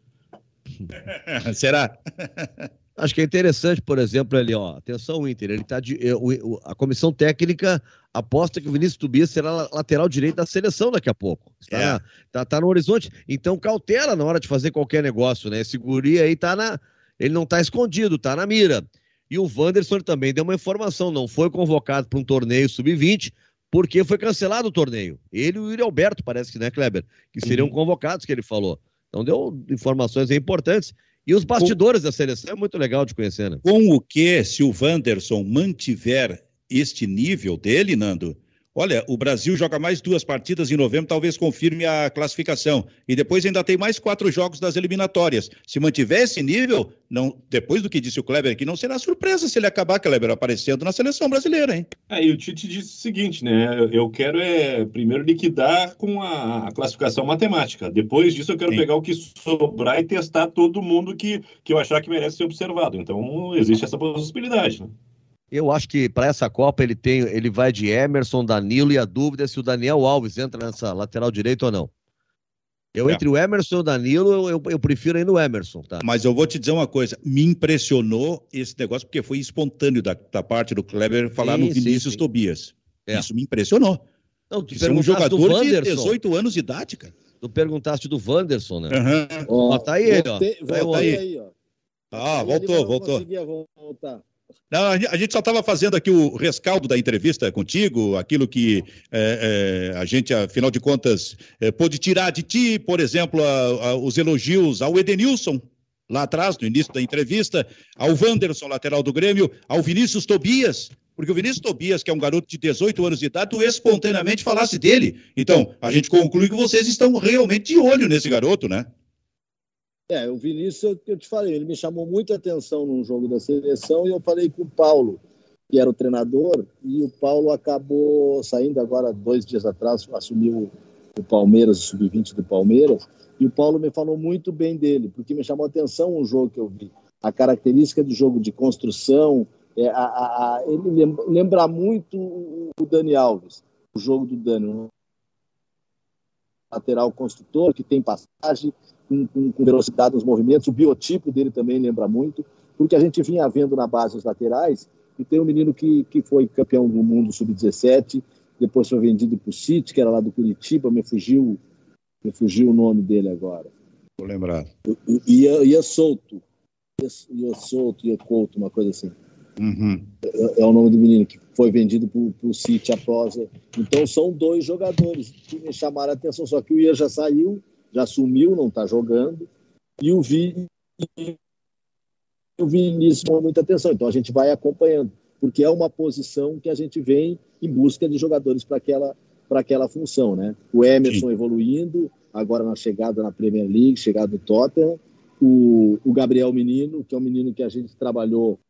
Será? Acho que é interessante, por exemplo, ali, ó, atenção, Inter, ele tá de, o, a comissão técnica aposta que o Vinícius Tobias será lateral direito da seleção daqui a pouco. Está, é. na, tá, tá no horizonte. Então, cautela na hora de fazer qualquer negócio, né? Esse guri aí tá na... Ele não tá escondido, tá na mira. E o Wanderson também deu uma informação, não foi convocado para um torneio sub vinte, porque foi cancelado o torneio. Ele e o Yuri Alberto, parece que, né, Kleber? Que seriam uhum. convocados, que ele falou. Então, deu informações importantes. E os bastidores com... da seleção é muito legal de conhecer, né? Com o que, se o Wanderson mantiver este nível dele, Nando, olha, o Brasil joga mais duas partidas em novembro, talvez confirme a classificação. E depois ainda tem mais quatro jogos das eliminatórias. Se mantiver esse nível, não, depois do que disse o Kleber aqui, não será surpresa se ele acabar, Kleber, aparecendo na seleção brasileira, hein? É, e o Tite disse o seguinte, né? Eu quero é primeiro liquidar com a, a classificação matemática. Depois disso eu quero Sim. pegar o que sobrar e testar todo mundo que, que eu achar que merece ser observado. Então existe essa possibilidade, né? Eu acho que para essa Copa ele tem, ele vai de Emerson, Danilo, e a dúvida é se o Daniel Alves entra nessa lateral direita ou não. Eu, é. entre o Emerson e o Danilo, eu, eu prefiro ainda o Emerson, tá? Mas eu vou te dizer uma coisa, me impressionou esse negócio, porque foi espontâneo da, da parte do Kleber falar sim, no Vinícius sim, sim. Tobias. É. Isso me impressionou. Não, tu Isso é um jogador de dezoito anos de idade, cara. Tu perguntaste do Wanderson, né? Uhum. Oh, ó, tá aí ele, ó. Voltei, tá voltei aí, ó. Ah, voltou, voltou. Voltar. Não, a gente só estava fazendo aqui o rescaldo da entrevista contigo, aquilo que é, é, a gente, afinal de contas, é, pôde tirar de ti, por exemplo, a, a, os elogios ao Edenilson, lá atrás, no início da entrevista, ao Wanderson, lateral do Grêmio, ao Vinícius Tobias, porque o Vinícius Tobias, que é um garoto de dezoito anos de idade, tu espontaneamente falasse dele. Então, a gente conclui que vocês estão realmente de olho nesse garoto, né? É, o Vinícius, eu te falei, ele me chamou muita atenção num jogo da seleção e eu falei com o Paulo, que era o treinador, e o Paulo acabou saindo agora, dois dias atrás, assumiu o Palmeiras, o sub vinte do Palmeiras, e o Paulo me falou muito bem dele, porque me chamou a atenção um jogo que eu vi. A característica do jogo de construção, é, a, a, a, ele lembra muito o Dani Alves, o jogo do Dani, um lateral construtor, que tem passagem, Com, com, com velocidade nos movimentos, o biotipo dele também lembra muito, porque a gente vinha vendo na base os laterais, e tem um menino que, que foi campeão do mundo sub dezessete, depois foi vendido para o City, que era lá do Curitiba, me fugiu, me fugiu o nome dele agora. Vou lembrar. Ia, ia solto, ia, ia solto, ia couto, uma coisa assim. Uhum. É, é o nome do menino que foi vendido para o City após. Então são dois jogadores que me chamaram a atenção, só que o Ia já saiu, já sumiu, não está jogando, e o, Vi, o Vinícius chamou muita atenção. Então a gente vai acompanhando, porque é uma posição que a gente vem em busca de jogadores para aquela, para aquela função, né? O Emerson Sim. evoluindo, agora na chegada na Premier League, chegada do Tottenham, o, o Gabriel Menino, que é um menino que a gente trabalhou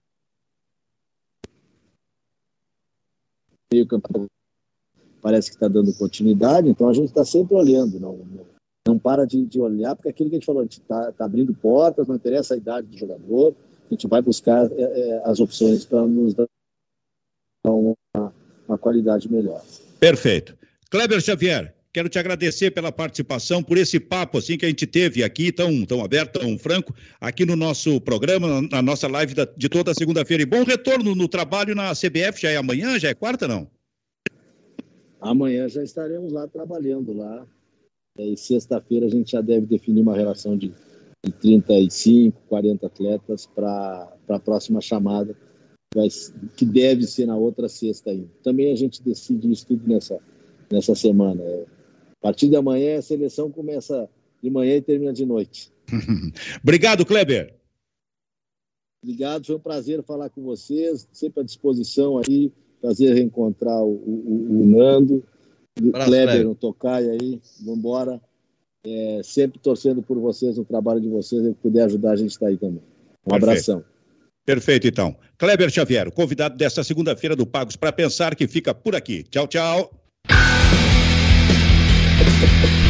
meio campeonato, parece que está dando continuidade, então a gente está sempre olhando, não, não Não para de, de olhar, porque aquilo que a gente falou, a gente está tá abrindo portas, não interessa a idade do jogador, a gente vai buscar é, é, as opções para nos dar uma, uma qualidade melhor. Perfeito. Kleber Xavier, quero te agradecer pela participação, por esse papo assim que a gente teve aqui, tão, tão aberto, tão franco, aqui no nosso programa, na nossa live da, de toda segunda-feira. E bom retorno no trabalho na C B F, já é amanhã, já é quarta, não? Amanhã já estaremos lá trabalhando lá. E sexta-feira a gente já deve definir uma relação de, de trinta e cinco, quarenta atletas para a próxima chamada, vai, que deve ser na outra sexta ainda. Também a gente decide isso tudo nessa, nessa semana. A partir de amanhã, a seleção começa de manhã e termina de noite. Obrigado, Kleber. Obrigado, foi um prazer falar com vocês, sempre à disposição aí, prazer reencontrar o, o, o Nando, o Kleber, o Tocaia aí, vamos embora. É, sempre torcendo por vocês, no trabalho de vocês, se puder ajudar, a gente está aí também. Um Perfeito. Abração. Perfeito, então. Kleber Xavier, convidado desta segunda-feira do Pagos para Pensar, que fica por aqui. Tchau, tchau.